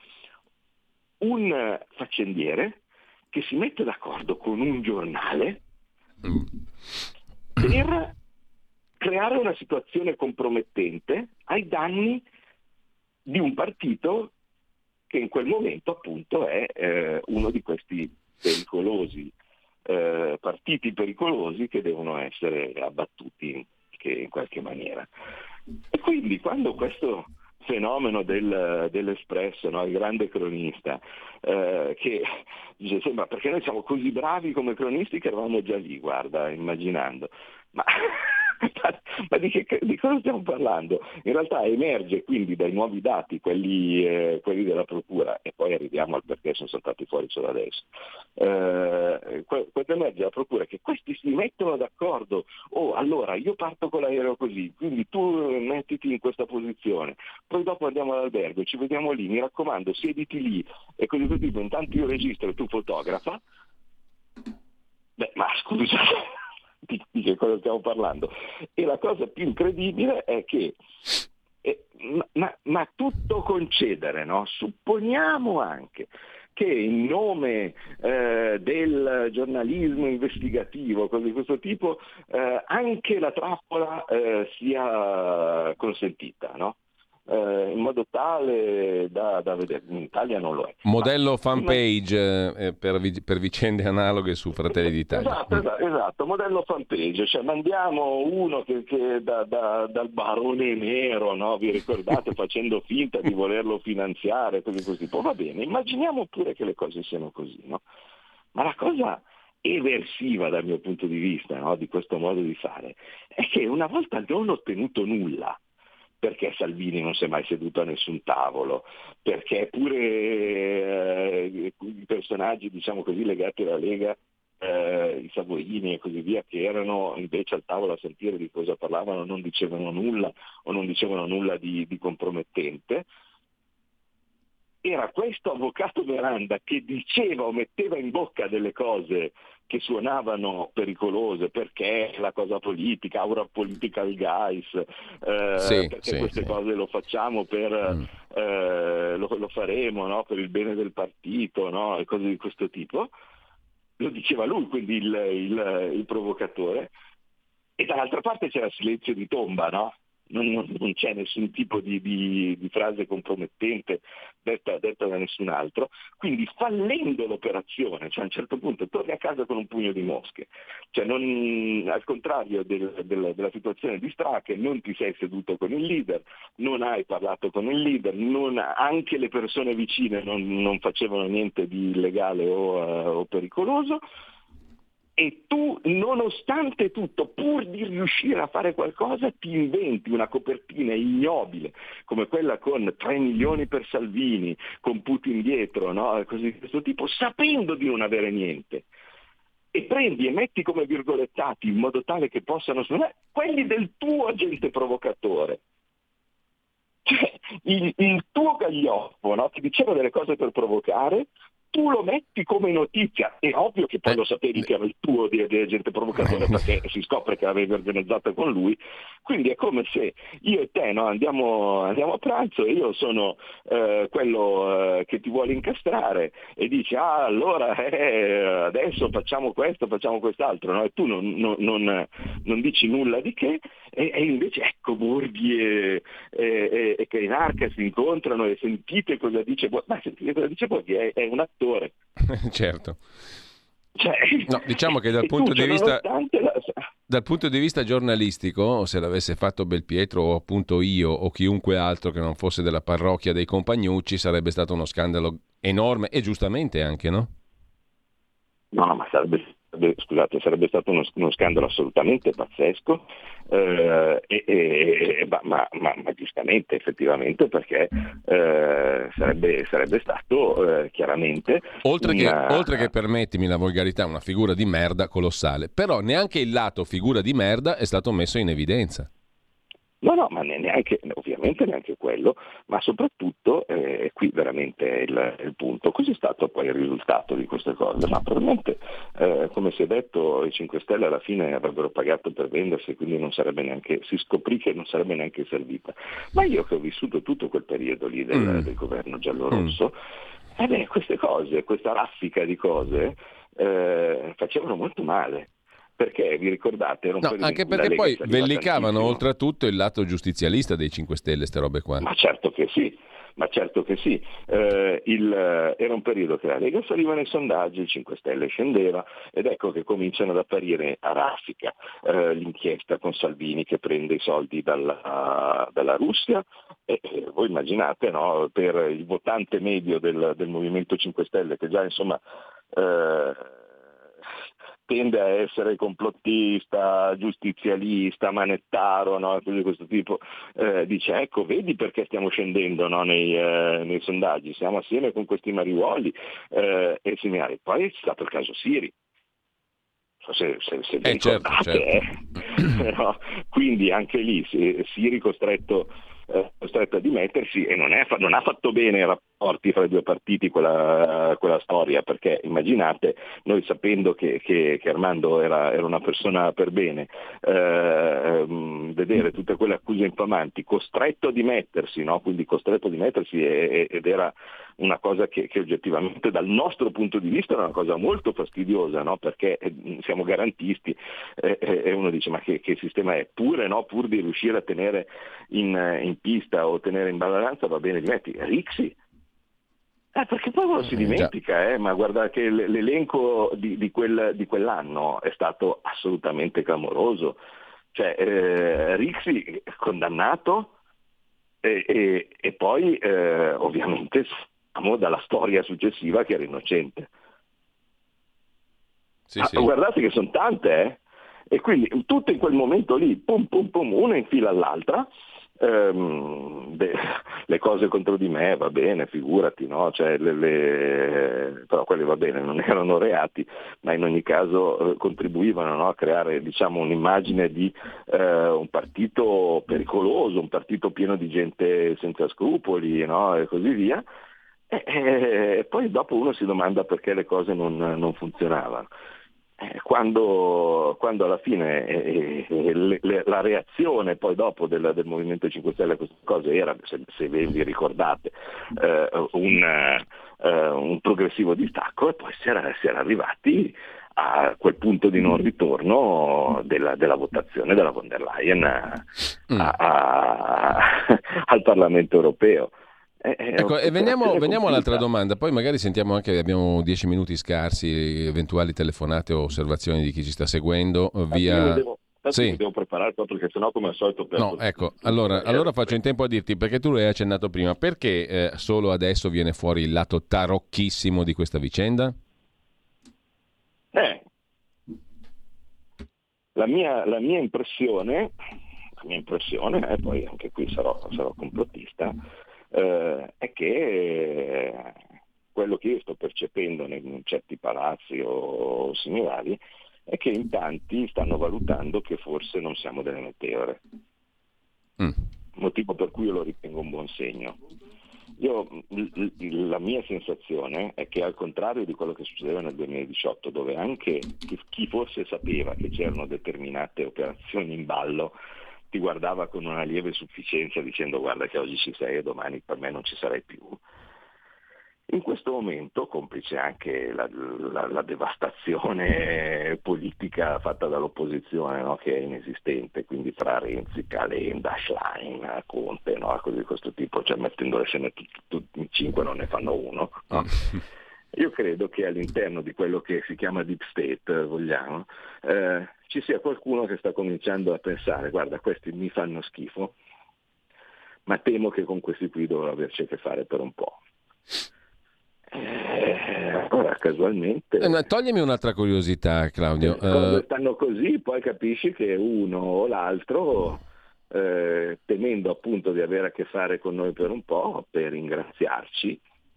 un faccendiere che si mette d'accordo con un giornale per creare una situazione compromettente ai danni di un partito che in quel momento appunto è eh, uno di questi pericolosi eh, partiti pericolosi che devono essere abbattuti che in qualche maniera. E quindi quando questo fenomeno del, dell'Espresso, no? Il grande cronista, eh, che dice, sembra, perché noi siamo così bravi come cronisti che eravamo già lì, guarda, immaginando. Ma, ma di, che, di cosa stiamo parlando? In realtà emerge quindi dai nuovi dati, quelli, eh, quelli della Procura, e poi arriviamo al perché sono saltati fuori solo adesso. Eh, questo emerge la Procura che questi si mettono d'accordo, oh allora io parto con l'aereo così, quindi tu mettiti in questa posizione, poi dopo andiamo all'albergo, ci vediamo lì, mi raccomando, siediti lì, e così così, intanto io registro e tu fotografa. Beh, ma scusa, di, di che cosa stiamo parlando? E la cosa più incredibile è che eh, ma, ma tutto concedere, no? Supponiamo anche che in nome eh, del giornalismo investigativo, cose di questo tipo, eh, anche la trappola eh, sia consentita, no? Eh, in modo tale da, da vedere, in Italia non lo è. Modello fanpage eh, per, per vicende analoghe su Fratelli d'Italia. Esatto, esatto, esatto, modello fanpage, cioè mandiamo uno che, che da, da, dal barone nero, no? Vi ricordate, facendo finta di volerlo finanziare, così così. Poi va bene, immaginiamo pure che le cose siano così, no? Ma la cosa eversiva dal mio punto di vista, no? Di questo modo di fare è che una volta non ottenuto nulla, perché Salvini non si è mai seduto a nessun tavolo, perché pure eh, i personaggi, diciamo così, legati alla Lega, eh, i Savoini e così via, che erano invece al tavolo a sentire di cosa parlavano, non dicevano nulla o non dicevano nulla di, di compromettente. Era questo avvocato Miranda che diceva o metteva in bocca delle cose che suonavano pericolose, perché la cosa politica, aura political guys, eh, sì, perché sì, queste sì. cose lo facciamo per, mm. eh, lo, lo faremo, no? Per il bene del partito, no? E cose di questo tipo. Lo diceva lui, quindi il, il, il provocatore. E dall'altra parte c'era silenzio di tomba, no? Non, non, non c'è nessun tipo di, di, di frase compromettente detta, detta da nessun altro, quindi fallendo l'operazione, cioè a un certo punto torni a casa con un pugno di mosche, cioè non, al contrario del, del, della situazione di Strache, non ti sei seduto con il leader, non hai parlato con il leader, non, anche le persone vicine non, non facevano niente di illegale o, uh, o pericoloso. E tu, nonostante tutto, pur di riuscire a fare qualcosa, ti inventi una copertina ignobile, come quella con tre milioni per Salvini, con Putin dietro, no? Così di questo tipo, sapendo di non avere niente. E prendi e metti come virgolettati in modo tale che possano suonare quelli del tuo agente provocatore. Cioè, il, il tuo gagliofo, no? Ti diceva delle cose per provocare, tu lo metti come notizia, è ovvio che poi eh, lo sapevi che era il tuo di, di agente provocatore, perché si scopre che l'avevi organizzato con lui, quindi è come se io e te no, andiamo, andiamo a pranzo e io sono eh, quello eh, che ti vuole incastrare e dici ah allora eh, adesso facciamo questo, facciamo quest'altro, no? E tu non, non, non, non dici nulla di che e, e invece ecco Borghi e, e, e Cainarca si incontrano e sentite cosa dice Borghi, ma sentite cosa dice Borghi, è, è un attore. Certo. Cioè, no, diciamo che dal punto di vista la... dal punto di vista giornalistico, se l'avesse fatto Belpietro o appunto io o chiunque altro che non fosse della parrocchia dei Compagnucci, sarebbe stato uno scandalo enorme e giustamente anche, no? No, no, ma sarebbe, scusate, sarebbe stato uno, uno scandalo assolutamente pazzesco, eh, e, e, ma, ma, ma, ma giustamente, effettivamente, perché eh, sarebbe, sarebbe stato eh, chiaramente... Oltre che, una... oltre che, permettimi la volgarità, una figura di merda colossale, però neanche il lato figura di merda è stato messo in evidenza. No, no, ma neanche, ovviamente neanche quello, ma soprattutto, eh, qui veramente è il, il punto, cos'è stato poi il risultato di queste cose? Ma probabilmente, eh, come si è detto, i cinque Stelle alla fine avrebbero pagato per vendersi, quindi non sarebbe neanche, si scoprì che non sarebbe neanche servita. Ma io che ho vissuto tutto quel periodo lì del, mm. del governo giallorosso, mm. eh beh, queste cose, questa raffica di cose, eh, facevano molto male. Perché vi ricordate? Era un no, anche perché poi vellicavano oltretutto il lato giustizialista dei cinque Stelle, ste robe qua. Ma certo che sì, ma certo che sì. Eh, il, era un periodo che la Lega saliva nei sondaggi, il cinque Stelle scendeva ed ecco che cominciano ad apparire a raffica eh, l'inchiesta con Salvini che prende i soldi dalla, dalla Russia e, e voi immaginate, no, per il votante medio del, del Movimento cinque Stelle che già insomma... Eh, tende a essere complottista, giustizialista, manettaro, no? Di questo tipo, eh, dice ecco vedi perché stiamo scendendo, no? nei, eh, nei sondaggi, siamo assieme con questi mariuoli eh, e similari. Poi ci sta per caso Siri. Se, se, se vi eh, ricordate, certo, certo. Eh, no? Quindi anche lì Siri costretto eh, costretto a dimettersi e non, è, non ha fatto bene i rapporti fra i due partiti quella, quella storia, perché immaginate, noi sapendo che, che, che Armando era, era una persona per bene, eh, vedere tutte quelle accuse infamanti, costretto a dimettersi, no? Quindi costretto a dimettersi e, ed era una cosa che, che oggettivamente dal nostro punto di vista era una cosa molto fastidiosa, no? Perché siamo garantisti eh, e uno dice ma che, che sistema è? Pure, no? Pur di riuscire a tenere in, in pista o tenere in balanza va bene, dimetti Rixi. Eh, perché poi uno si dimentica, eh, ma guarda che l'elenco di, di, quel, di quell'anno è stato assolutamente clamoroso. Cioè eh, Rixi condannato e, e, e poi eh, ovviamente dalla storia successiva che era innocente. Sì, ah, sì. Guardate che sono tante, eh? E quindi tutto in quel momento lì, pum pum pum, una in fila all'altra, ehm, beh, le cose contro di me, va bene, figurati, no? Cioè, le, le... però quelli va bene, non erano reati, ma in ogni caso eh, contribuivano, no? A creare, diciamo, un'immagine di eh, un partito pericoloso, un partito pieno di gente senza scrupoli, no? E così via. E, e poi dopo uno si domanda perché le cose non, non funzionavano. Quando, quando alla fine eh, le, le, la reazione poi dopo del, del Movimento cinque Stelle a queste cose era, se, se vi ricordate, eh, un, eh, un progressivo distacco e poi si era, si era arrivati a quel punto di non ritorno della, della votazione della von der Leyen a, a, a, al Parlamento europeo. Ecco, e veniamo, veniamo all'altra domanda, poi magari sentiamo anche, abbiamo dieci minuti scarsi, eventuali telefonate o osservazioni di chi ci sta seguendo via... Devo, sì. Mi devo preparare proprio perché sennò come al solito perdo. No, ecco, allora, allora faccio in tempo a dirti, perché tu l'hai accennato prima, perché eh, solo adesso viene fuori il lato tarocchissimo di questa vicenda? Eh, la mia, la mia impressione, la mia impressione, e eh, poi anche qui sarò, sarò complottista, Eh, è che eh, quello che io sto percependo in certi palazzi o similari è che in tanti stanno valutando che forse non siamo delle meteore, mm. motivo per cui io lo ritengo un buon segno. Io, la mia sensazione è che al contrario di quello che succedeva nel duemiladiciotto, dove anche chi forse sapeva che c'erano determinate operazioni in ballo ti guardava con una lieve sufficienza dicendo guarda che oggi ci sei e domani per me non ci sarai più. In questo momento, complice anche la, la, la devastazione politica fatta dall'opposizione, no? Che è inesistente, quindi fra Renzi, Calenda, Schlein, Conte, no? Cose di questo tipo, cioè mettendo le scene tutti, tutti in cinque non ne fanno uno. No? Io credo che all'interno di quello che si chiama deep state, vogliamo, eh, ci sia qualcuno che sta cominciando a pensare guarda questi mi fanno schifo, ma temo che con questi qui dovrò averci a che fare per un po'. Eh, ora casualmente eh, ma toglimi un'altra curiosità, Claudio. Quando uh... stanno così poi capisci che uno o l'altro eh, temendo appunto di avere a che fare con noi per un po', per ringraziarci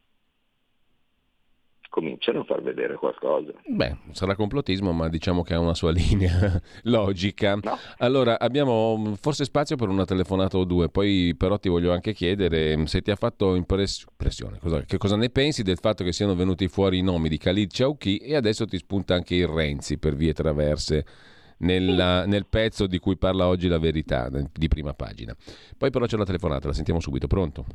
cominciano a far vedere qualcosa. Beh, sarà complottismo, ma diciamo che ha una sua linea logica. No. Allora, abbiamo forse spazio per una telefonata o due, poi però ti voglio anche chiedere se ti ha fatto impress- impressione, cosa, che cosa ne pensi del fatto che siano venuti fuori i nomi di Khalid Chowkhi e adesso ti spunta anche il Renzi per vie traverse nella, nel pezzo di cui parla oggi La Verità, di prima pagina. Poi però c'è la telefonata, la sentiamo subito. Pronto?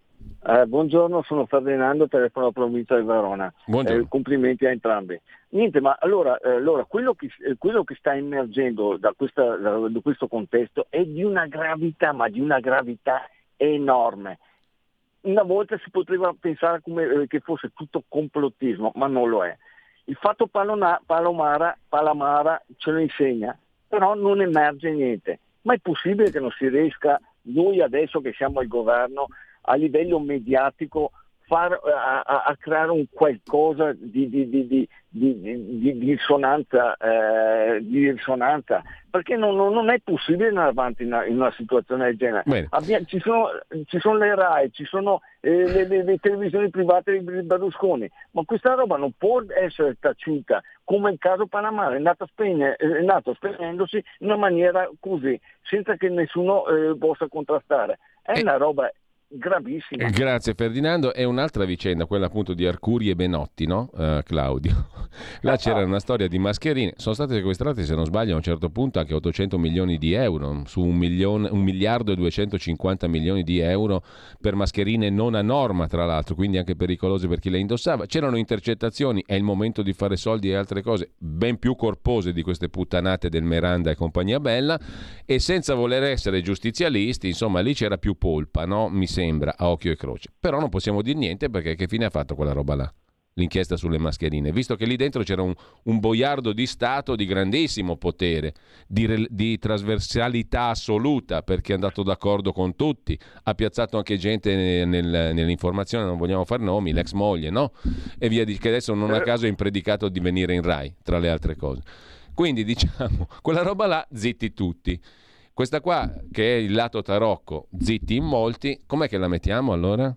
Eh, buongiorno, sono Ferdinando, telefono alla provincia di Verona. Eh, complimenti a entrambi. Niente, ma allora, eh, allora quello, che, eh, quello che sta emergendo da, questa, da, da questo contesto è di una gravità, ma di una gravità enorme. Una volta si poteva pensare come, eh, che fosse tutto complottismo, ma non lo è. Il fatto Palona, Palomara, Palamara ce lo insegna, però non emerge niente. Ma è possibile che non si riesca, noi adesso che siamo al governo, a livello mediatico far, a, a, a creare un qualcosa di, di, di, di, di, di, di risonanza, eh, di risonanza, perché non, non è possibile andare avanti in una, in una situazione del genere. Abbiamo, ci, sono, ci sono le RAI, ci sono eh, le, le, le televisioni private di Berlusconi, ma questa roba non può essere taciuta, come il caso Panama è nato, spegne, è nato spegnendosi in una maniera così, senza che nessuno eh, possa contrastare. È una roba gravissima. Grazie Ferdinando. È un'altra vicenda, quella appunto di Arcuri e Benotti, no? Uh, Claudio. Là ah, c'era una storia di mascherine, sono state sequestrate, se non sbaglio, a un certo punto anche ottocento milioni di euro su un, milione, un miliardo e duecentocinquanta milioni di euro per mascherine non a norma, tra l'altro, quindi anche pericolose per chi le indossava. C'erano intercettazioni, è il momento di fare soldi e altre cose ben più corpose di queste puttanate del Meranda e compagnia bella, e senza voler essere giustizialisti, insomma lì c'era più polpa, no? Mi sembra, a occhio e croce. Però non possiamo dire niente, perché che fine ha fatto quella roba là? L'inchiesta sulle mascherine, visto che lì dentro c'era un, un boiardo di Stato di grandissimo potere, di, di trasversalità assoluta, perché è andato d'accordo con tutti, ha piazzato anche gente nel, nell'informazione, non vogliamo far nomi, l'ex moglie, no? E via di che adesso non a caso è impredicato di venire in Rai, tra le altre cose. Quindi diciamo, quella roba là, zitti tutti. Questa qua, che è il lato tarocco, zitti in molti, com'è che la mettiamo allora?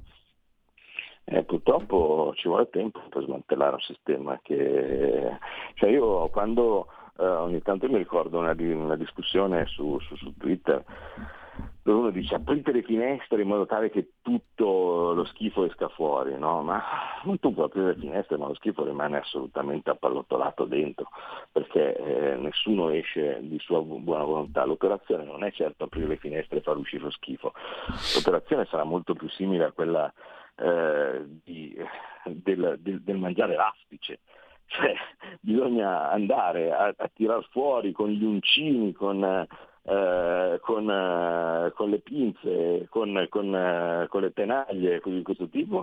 Eh, purtroppo ci vuole tempo per smantellare un sistema che... Cioè io quando eh, ogni tanto mi ricordo una, una discussione su, su, su Twitter dove uno dice aprite le finestre in modo tale che tutto lo schifo esca fuori, no? Ma non tu puoi aprire le finestre, ma lo schifo rimane assolutamente appallottolato dentro, perché eh, nessuno esce di sua buona volontà. L'operazione non è certo aprire le finestre e far uscire lo schifo, l'operazione sarà molto più simile a quella eh, di, del, del, del mangiare l'astice. Cioè, bisogna andare a, a tirar fuori con gli uncini, con... Eh, con, eh, con le pinze, con, con, eh, con le tenaglie, cose di questo tipo,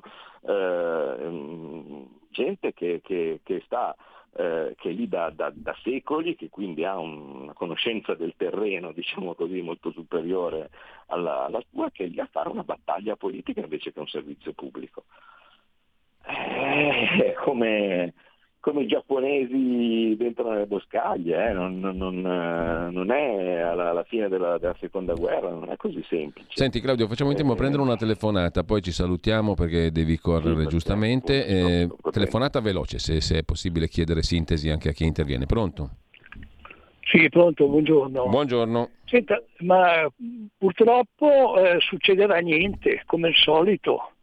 eh, gente che, che, che sta eh, che è lì da, da, da secoli, che quindi ha un, una conoscenza del terreno, diciamo così, molto superiore alla, alla tua, che è lì a fare una battaglia politica invece che un servizio pubblico. Eh, come come i giapponesi dentro le boscaglie, eh? non, non, non è alla, alla fine della, della seconda guerra, non è così semplice. Senti Claudio, facciamo in tempo a prendere una telefonata, poi ci salutiamo perché devi correre sì, giustamente. Eh, telefonata veloce, se, se è possibile chiedere sintesi anche a chi interviene. Pronto? Sì, pronto, buongiorno. Buongiorno. Senta, ma purtroppo eh, succederà niente, come al solito.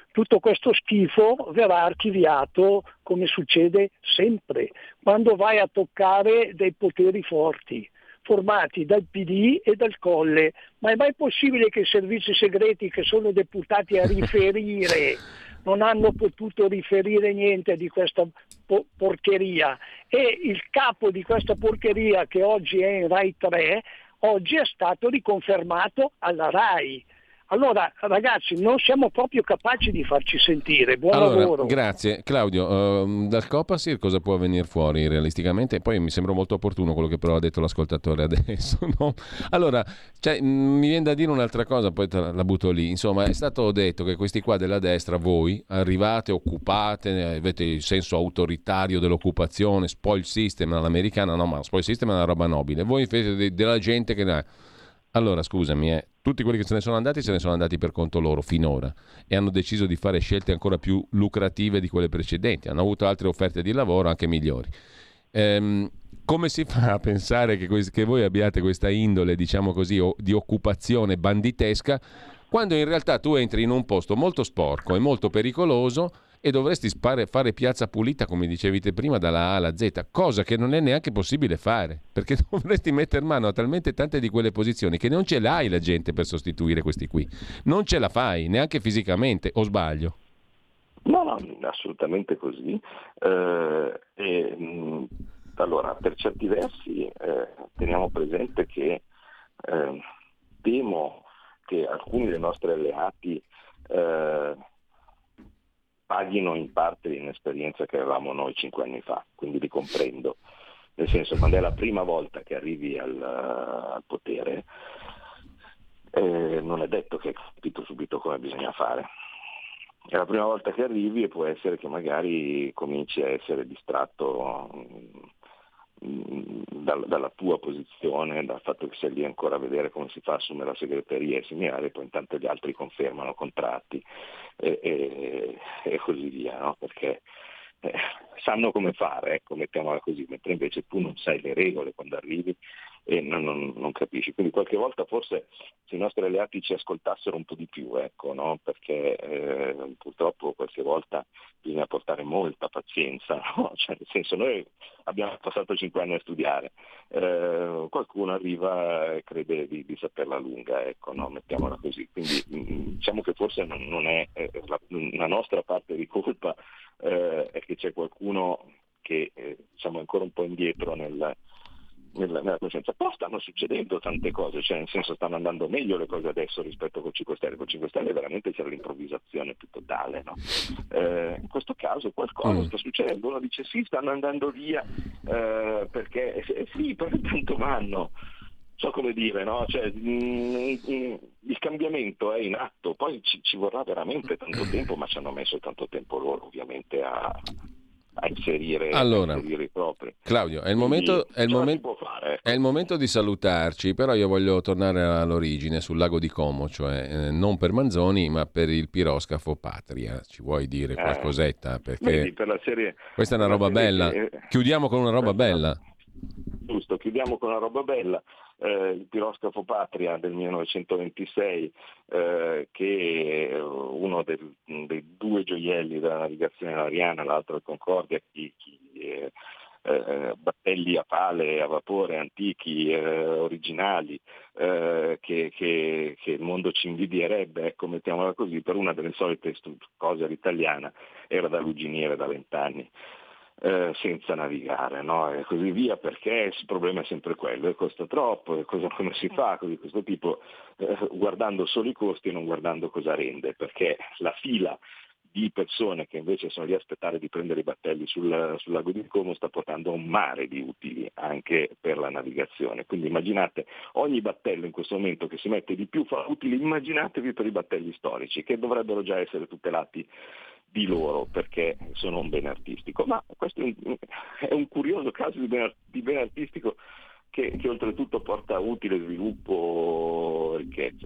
tutto questo schifo verrà archiviato, come succede sempre quando vai a toccare dei poteri forti formati dal P D e dal Colle. Ma è mai possibile che i servizi segreti, che sono deputati a riferire, non hanno potuto riferire niente di questa po- porcheria? E il capo di questa porcheria, che oggi è in Rai tre, oggi è stato riconfermato alla Rai. Allora ragazzi, non siamo proprio capaci di farci sentire. Buon allora, lavoro. Grazie Claudio. Uh, dal Copasir cosa può venire fuori realisticamente? Poi mi sembra molto opportuno quello che però ha detto l'ascoltatore adesso, no? Allora, cioè, mi viene da dire un'altra cosa, poi te la butto lì. Insomma, è stato detto che questi qua della destra, voi arrivate, occupate, avete il senso autoritario dell'occupazione, spoil system all'americana. No, ma spoil system è una roba nobile. Voi fate della gente che... Allora, scusami, eh, tutti quelli che se ne sono andati se ne sono andati per conto loro finora e hanno deciso di fare scelte ancora più lucrative di quelle precedenti, hanno avuto altre offerte di lavoro anche migliori. Ehm, come si fa a pensare che, que- che voi abbiate questa indole, diciamo così, o- di occupazione banditesca, quando in realtà tu entri in un posto molto sporco e molto pericoloso e dovresti spare, fare piazza pulita, come dicevi te prima, dalla A alla Z, cosa che non è neanche possibile fare, perché dovresti mettere mano a talmente tante di quelle posizioni che non ce l'hai la gente per sostituire questi qui. Non ce la fai, neanche fisicamente, o sbaglio? No, no, assolutamente così. Eh, e, mh, allora, per certi versi eh, teniamo presente che eh, temo che alcuni dei nostri alleati eh, paghino in parte l'inesperienza che avevamo noi cinque anni fa, quindi li comprendo. Nel senso, quando è la prima volta che arrivi al, al potere, eh, non è detto che hai capito subito come bisogna fare. È la prima volta che arrivi e può essere che magari cominci a essere distratto mh, dal, dalla tua posizione, dal fatto che sei lì ancora a vedere come si fa a assumere la segreteria e similari, poi intanto gli altri confermano contratti e, e, e così via, no? Perché eh, sanno come fare, ecco, mettiamola così, mentre invece tu non sai le regole quando arrivi e non, non, non capisci. Quindi qualche volta forse se i nostri alleati ci ascoltassero un po' di più, ecco, no? Perché eh, purtroppo qualche volta bisogna portare molta pazienza, no? Cioè, nel senso, noi abbiamo passato cinque anni a studiare, eh, qualcuno arriva e crede di, di saperla lunga, ecco, no? Mettiamola così. Quindi mh, diciamo che forse non, non è eh, la, la nostra parte di colpa, eh, è che c'è qualcuno che eh, diciamo è ancora un po' indietro nel Nella, nella coscienza. Però stanno succedendo tante cose, cioè nel senso stanno andando meglio le cose adesso rispetto col cinque Stelle. Col cinque Stelle veramente c'era l'improvvisazione più totale, no? Eh, in questo caso qualcosa mm. sta succedendo, uno dice sì, stanno andando via eh, perché eh, sì, perché tanto vanno, so come dire, no? Cioè, mh, mh, il cambiamento è in atto, poi ci, ci vorrà veramente tanto tempo, ma ci hanno messo tanto tempo loro ovviamente a a inserire, allora, a inserire i propri. Claudio, è il, momento, è, il momento, fare, ecco. è il momento di salutarci, però io voglio tornare all'origine, sul lago di Como, cioè eh, non per Manzoni ma per il piroscafo Patria. Ci vuoi dire qualcosetta? Perché Vedi, per la serie, questa è una roba bella. Che, chiudiamo con una roba bella. Giusto, chiudiamo con una roba bella. Eh, il piroscafo Patria del millenovecentoventisei, eh, che è uno del, dei due gioielli della navigazione aeriana, l'altro è Concordia, chi, chi, eh, eh, battelli a pale e a vapore antichi, eh, originali, eh, che, che, che il mondo ci invidierebbe, ecco, mettiamola così, per una delle solite cose all'italiana, era da luginiere da vent'anni. Eh, senza navigare, no? E così via, perché il problema è sempre quello, e costa troppo, e cosa, come si fa, cose di questo tipo, eh, guardando solo i costi e non guardando cosa rende, perché la fila di persone che invece sono lì a aspettare di prendere i battelli sul, sul lago di Como sta portando a un mare di utili anche per la navigazione. Quindi immaginate ogni battello in questo momento che si mette di più fa utili, immaginatevi per i battelli storici che dovrebbero già essere tutelati di loro perché sono un bene artistico, ma questo è un, è un curioso caso di bene, di bene artistico che, che oltretutto porta utile sviluppo, ricchezza.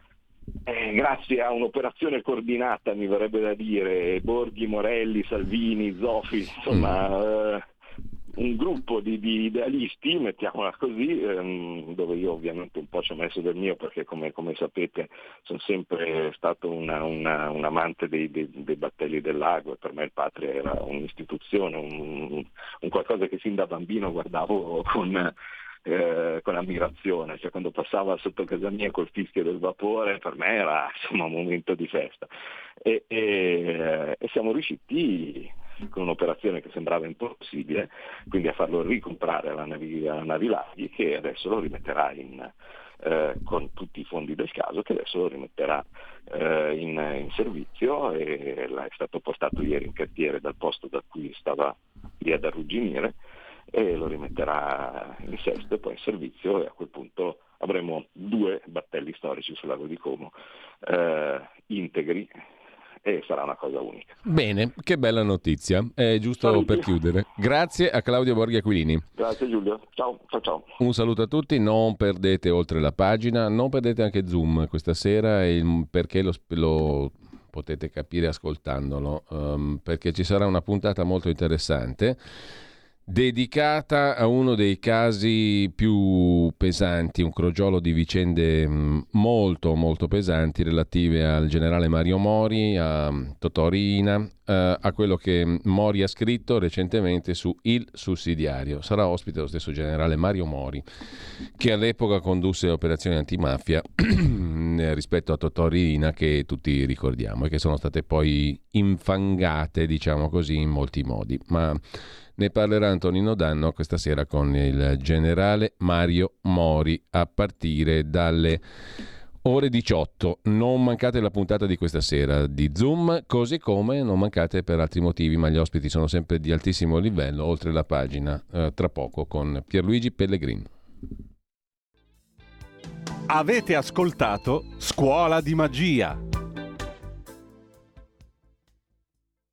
Eh, grazie a un'operazione coordinata, mi verrebbe da dire, Borghi, Morelli, Salvini, Zofi, insomma, eh, un gruppo di, di idealisti, mettiamola così, ehm, dove io ovviamente un po' ci ho messo del mio, perché come, come sapete sono sempre stato una, una, un amante dei, dei, dei battelli del lago, e per me il Patria era un'istituzione, un, un qualcosa che sin da bambino guardavo con... Eh, con ammirazione, cioè quando passava sotto casa mia col fischio del vapore per me era insomma un momento di festa e, e, e siamo riusciti con un'operazione che sembrava impossibile, quindi a farlo ricomprare alla Navi, alla Navilaghi, che adesso lo rimetterà in eh, con tutti i fondi del caso, che adesso lo rimetterà eh, in, in servizio, e è stato portato ieri in cantiere dal posto da cui stava lì ad arrugginire, e lo rimetterà in sesto e poi in servizio, e a quel punto avremo due battelli storici sul lago di Como eh, integri, e sarà una cosa unica. Bene, che bella notizia, è giusto Saluti. Per chiudere. Grazie a Claudio Borghi Aquilini. Grazie Giulio, ciao, ciao ciao. Un saluto a tutti, non perdete Oltre la Pagina, non perdete anche Zoom questa sera, il, perché lo, lo potete capire ascoltandolo, um, perché ci sarà una puntata molto interessante dedicata a uno dei casi più pesanti, un crogiolo di vicende molto molto pesanti relative al generale Mario Mori, a Totò Riina, eh, a quello che Mori ha scritto recentemente su Il Sussidiario. Sarà ospite lo stesso generale Mario Mori, che all'epoca condusse operazioni antimafia rispetto a Totò Riina, che tutti ricordiamo e che sono state poi infangate, diciamo così, in molti modi. Ma ne parlerà Antonino Danno questa sera con il generale Mario Mori a partire dalle ore diciotto. Non mancate la puntata di questa sera di Zoom, così come non mancate per altri motivi, ma gli ospiti sono sempre di altissimo livello. Oltre la Pagina, eh, tra poco con Pierluigi Pellegrin. Avete ascoltato Scuola di Magia.